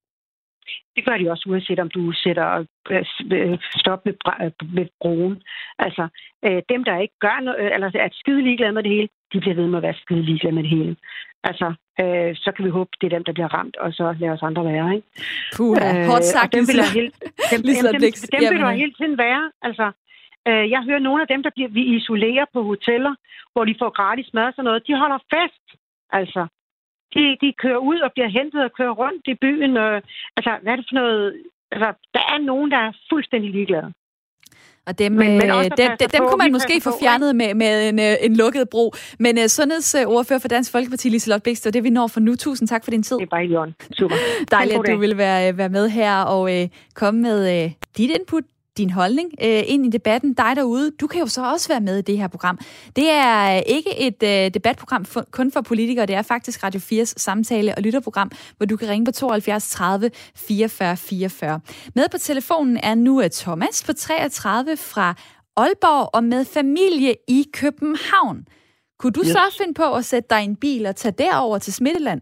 Det gør de også, uanset om du sætter øh, stop med, med broen. Altså, øh, dem, der ikke gør noget, eller er skide ligeglade med det hele, de bliver ved med at være skide ligeglade med det hele. Altså, øh, så kan vi håbe, det er dem, der bliver ramt, og så lader os andre være, ikke? Puh, øh, hårdt sagt, dem vil der hele, dem, dem, dem, dem, dem vil der hele tiden være. Altså, øh, jeg hører nogle af dem, der bliver, vi isolerer på hoteller, hvor de får gratis mad og sådan noget, de holder fest, altså. De, de kører ud og bliver hentet og kører rundt i byen. Og, altså, hvad er det for noget? Altså, der er nogen, der er fuldstændig ligeglade. Og dem, men, men også dem, dem, dem kunne man måske få fjernet med, med en, en lukket bro. Men uh, sundhedsordfører for Dansk Folkeparti, Liselott Blixt, og det vi når for nu. Tusind tak for din tid. Det er bare i orden. Super. Dejligt, at du vil være, være med her og uh, komme med uh, dit input, din holdning øh, ind i debatten. Dig derude, du kan jo så også være med i det her program. Det er ikke et øh, debatprogram for, kun for politikere, det er faktisk Radio fires samtale- og lytterprogram, hvor du kan ringe på tooghalvfjerds tredive fireogfyrre fireogfyrre. Med på telefonen er nu Thomas på treogtredive fra Aalborg og med familie i København. Kunne du yes. så finde på at sætte dig i en bil og tage derover til Smitteland?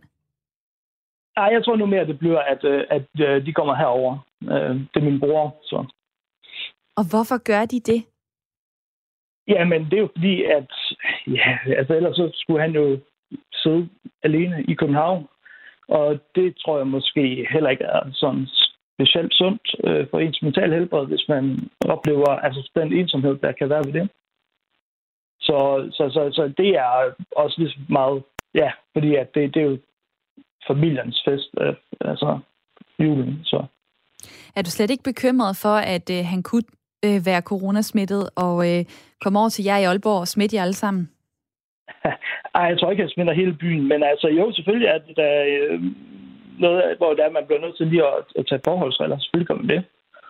Nej, jeg tror nu mere, det bliver, at, at, at de kommer herover. Det er min bror, så... Og hvorfor gør de det? Jamen, det er jo fordi, at ja, altså ellers så skulle han jo sidde alene i København. Og det tror jeg måske heller ikke er sådan specielt sundt øh, for ens mental helbred, hvis man oplever altså den ensomhed, der kan være ved det. Så, så, så, så det er også lige meget, ja, fordi at det, det er jo familiens fest, øh, altså julen, så... Er du slet ikke bekymret for, at øh, han kunne øh, være coronasmittet og øh, komme over til jer i Aalborg og smitte jer alle sammen? Ej, jeg tror ikke, at jeg smitter hele byen, men altså jo, selvfølgelig er det der øh, noget, hvor der, man bliver nødt til lige at, at tage forholdsregler. Selvfølgelig kommer det.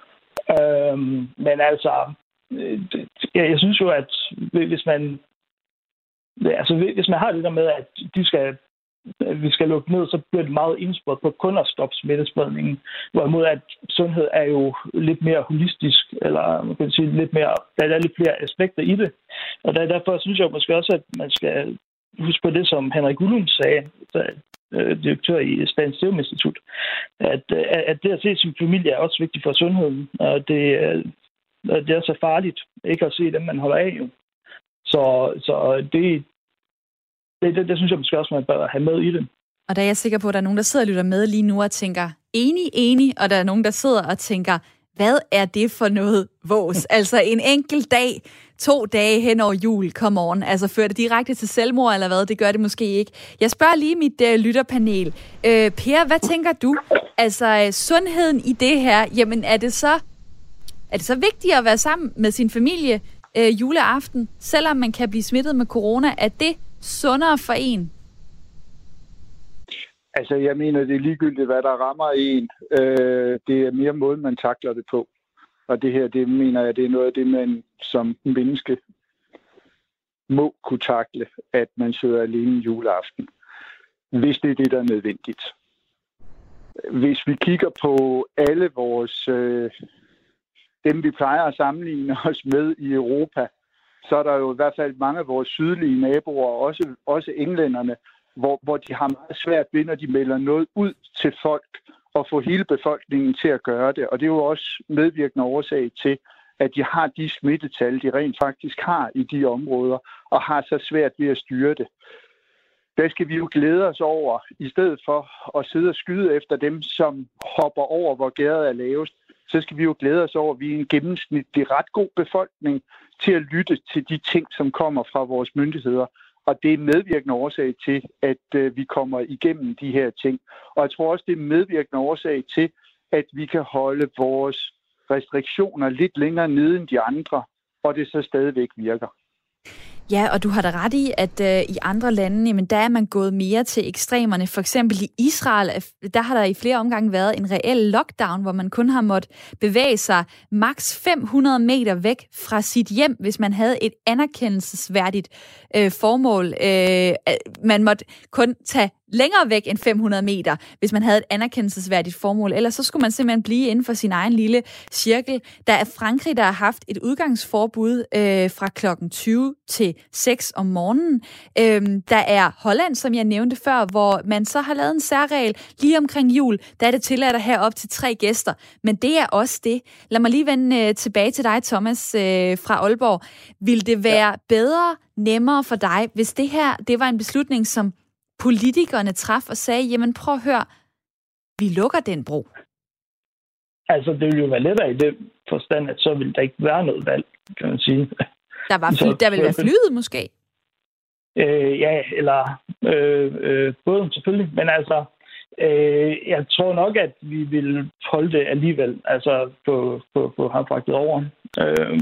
Øhm, men altså, øh, jeg, jeg synes jo, at hvis man altså, hvis man har det der med, at de skal vi skal lukke ned, så bliver det meget indspurgt på kun at stoppe smittespredningen. Hvorimod at sundhed er jo lidt mere holistisk, eller man kan sige lidt mere, der er lidt flere aspekter i det. Og der, derfor synes jeg måske også, at man skal huske på det, som Henrik Ullum sagde, direktør i Statens Serum Institut, at, at det at se sin familie er også vigtigt for sundheden, og det, det er så farligt ikke at se dem, man holder af. Jo. Så, så det, det, det, det synes jeg måske også, man bør have med i det. Og der er jeg sikker på, at der er nogen, der sidder og lytter med lige nu og tænker, enig, enig, og der er nogen, der sidder og tænker, hvad er det for noget vås? Altså en enkelt dag, to dage hen over jul, come on. Altså fører det direkte til selvmord eller hvad? Det gør det måske ikke. Jeg spørger lige mit uh, lytterpanel. Uh, Per, hvad tænker du? Altså sundheden i det her, jamen er det så, er det så vigtigt at være sammen med sin familie uh, juleaften, selvom man kan blive smittet med corona? Er det sundere for en? Altså, jeg mener, det er ligegyldigt, hvad der rammer en. Øh, det er mere måden, man takler det på. Og det her, det mener jeg, det er noget af det, man som menneske må kunne takle, at man sidder alene juleaften. Hvis det er det, der er nødvendigt. Hvis vi kigger på alle vores, øh, dem vi plejer at sammenligne os med i Europa, så er der jo i hvert fald mange af vores sydlige naboer, også, også englænderne, Hvor, hvor de har meget svært ved, når de melder noget ud til folk, og få hele befolkningen til at gøre det. Og det er jo også medvirkende årsag til, at de har de smittetal, de rent faktisk har i de områder, og har så svært ved at styre det. Der skal vi jo glæde os over, i stedet for at sidde og skyde efter dem, som hopper over, hvor gærdet er lavest, så skal vi jo glæde os over, at vi er en gennemsnitlig ret god befolkning til at lytte til de ting, som kommer fra vores myndigheder. Og det er medvirkende årsag til, at øh, vi kommer igennem de her ting. Og jeg tror også, det er medvirkende årsag til, at vi kan holde vores restriktioner lidt længere nede end de andre, og det så stadigvæk virker. Ja, og du har da ret i, at øh, i andre lande, jamen, der er man gået mere til ekstremerne. For eksempel i Israel, der har der i flere omgange været en reel lockdown, hvor man kun har måttet bevæge sig maks fem hundrede meter væk fra sit hjem, hvis man havde et anerkendelsesværdigt øh, formål. Øh, man måtte kun tage længere væk end fem hundrede meter, hvis man havde et anerkendelsesværdigt formål. Ellers så skulle man simpelthen blive inden for sin egen lille cirkel. Der er Frankrig, der har haft et udgangsforbud øh, fra klokken tyve til seks om morgenen. Øhm, der er Holland, som jeg nævnte før, hvor man så har lavet en særregel lige omkring jul. Der er det tilladt at have op til tre gæster. Men det er også det. Lad mig lige vende øh, tilbage til dig, Thomas, øh, fra Aalborg. Vil det være ja. bedre, nemmere for dig, hvis det her det var en beslutning, som politikerne traf og sagde, jamen prøv at høre, vi lukker den bro? Altså, det ville jo være lettere i det forstand, at så ville der ikke være noget valg, kan man sige. Der, var fly, der ville være flyet, måske? Øh, ja, eller øh, øh, både selvfølgelig, men altså, øh, jeg tror nok, at vi vil holde det alligevel, altså på, på, på havfragtet over. Øh,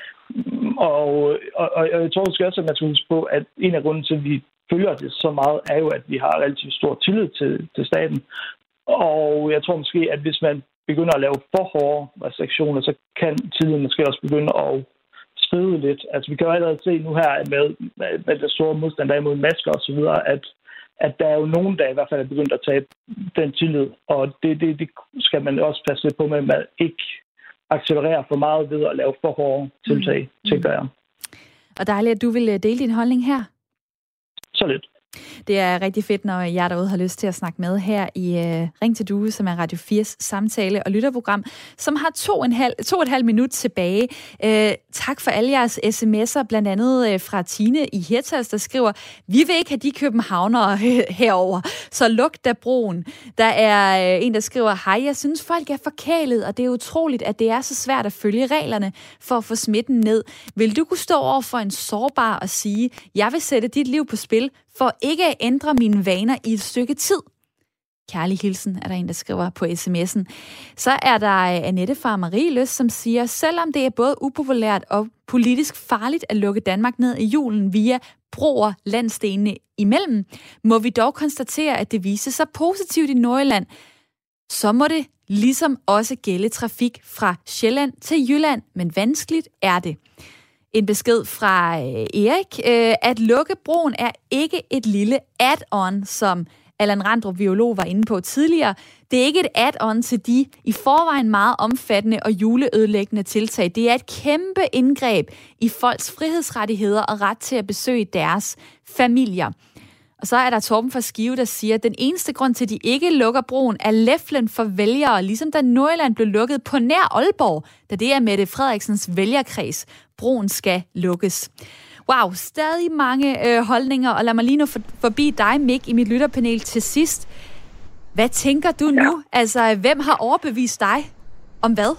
og, og, og jeg tror måske også, at man skal huske på, at en af grunden til, at vi følger det så meget, er jo, at vi har relativt stor tillid til, til staten. Og jeg tror måske, at hvis man begynder at lave for hårde restriktioner, så kan tilliden måske også begynde at skride lidt. Altså vi kan jo allerede se nu her med, med den store modstand, der er imod masker og så videre, at, at der er jo nogen, der i hvert fald er begyndt at tage den tillid. Og det, det, det skal man også passe lidt på med, at man ikke accelererer for meget ved at lave for hårde tiltag, mm. tænker jeg. Og dejligt, at du vil dele din holdning her. Så lidt. Det er rigtig fedt, når jeg derude har lyst til at snakke med her i uh, Ring til Due, som er Radio fires samtale- og lytterprogram, som har to og en halv, to og et halvt minut tilbage. Uh, tak for alle jeres sms'er, blandt andet uh, fra Tine i Hirtals, der skriver, vi vil ikke have de københavnere uh, herover, så luk da broen. Der er uh, en, der skriver, hej, jeg synes folk er forkælet, og det er utroligt, at det er så svært at følge reglerne for at få smitten ned. Vil du kunne stå over for en sårbar og sige, jeg vil sætte dit liv på spil, for ikke at ændre mine vaner i et stykke tid? Kærlig hilsen, er der en, der skriver på sms'en. Så er der Annette fra Marieløs, som siger, selvom det er både upopulært og politisk farligt at lukke Danmark ned i julen via broer landstenene imellem, må vi dog konstatere, at det viser sig positivt i Nordjylland. Så må det ligesom også gælde trafik fra Sjælland til Jylland, men vanskeligt er det. En besked fra Erik, at lukke broen er ikke et lille add-on, som Allan Randrup, biolog, var inde på tidligere. Det er ikke et add-on til de i forvejen meget omfattende og juleødelæggende tiltag. Det er et kæmpe indgreb i folks frihedsrettigheder og ret til at besøge deres familier. Og så er der Torben fra Skive, der siger, at den eneste grund til, at de ikke lukker broen, er læflen for vælgere, ligesom da Nordjylland blev lukket på nær Aalborg, da det er Mette Frederiksens vælgerkreds. Broen skal lukkes. Wow, stadig mange øh, holdninger, og lad mig lige nu for, forbi dig, Mik, i mit lytterpanel til sidst. Hvad tænker du nu? Ja. Altså, hvem har overbevist dig? Om hvad?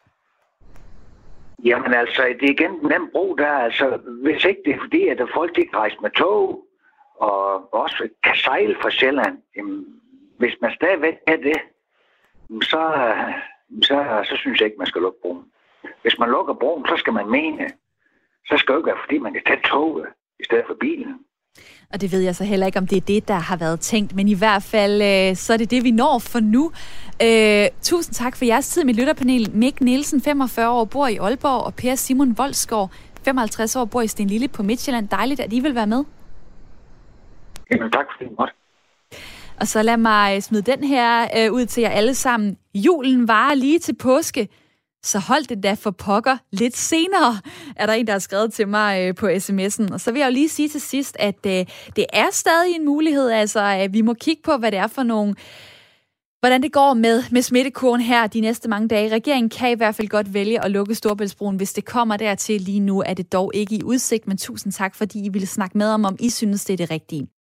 Jamen altså, det er igen den bro der, altså, hvis ikke det er fordi, at folk ikke rejser med tog, og også kan sejle fra Sjælland, jamen, hvis man stadigvæk er det, så, så, så synes jeg ikke, man skal lukke broen. Hvis man lukker broen, så skal man mene, så skal det ikke være, fordi man kan tage toget i stedet for bilen. Og det ved jeg så heller ikke, om det er det, der har været tænkt, men i hvert fald, øh, så er det det, vi når for nu. Øh, tusind tak for jeres tid med lytterpanel. Mik Nielsen, femogfyrre år, bor i Aalborg, og Per Simon Voldsgaard, femoghalvtreds år, bor i Stenlille på Midtjylland. Dejligt, at I vil være med. Jamen, tak for det. Godt. Og så lad mig smide den her øh, ud til jer alle sammen. Julen varer lige til påske, så hold det da for pokker lidt senere, er der en, der har skrevet til mig øh, på sms'en. Og så vil jeg jo lige sige til sidst, at øh, det er stadig en mulighed, altså at vi må kigge på, hvad det er for nogle, hvordan det går med, med smittekurven her de næste mange dage. Regeringen kan i hvert fald godt vælge at lukke Storebæltsbroen, hvis det kommer dertil. Lige nu er det dog ikke i udsigt, men tusind tak, fordi I ville snakke med om, om I synes, det er det rigtige.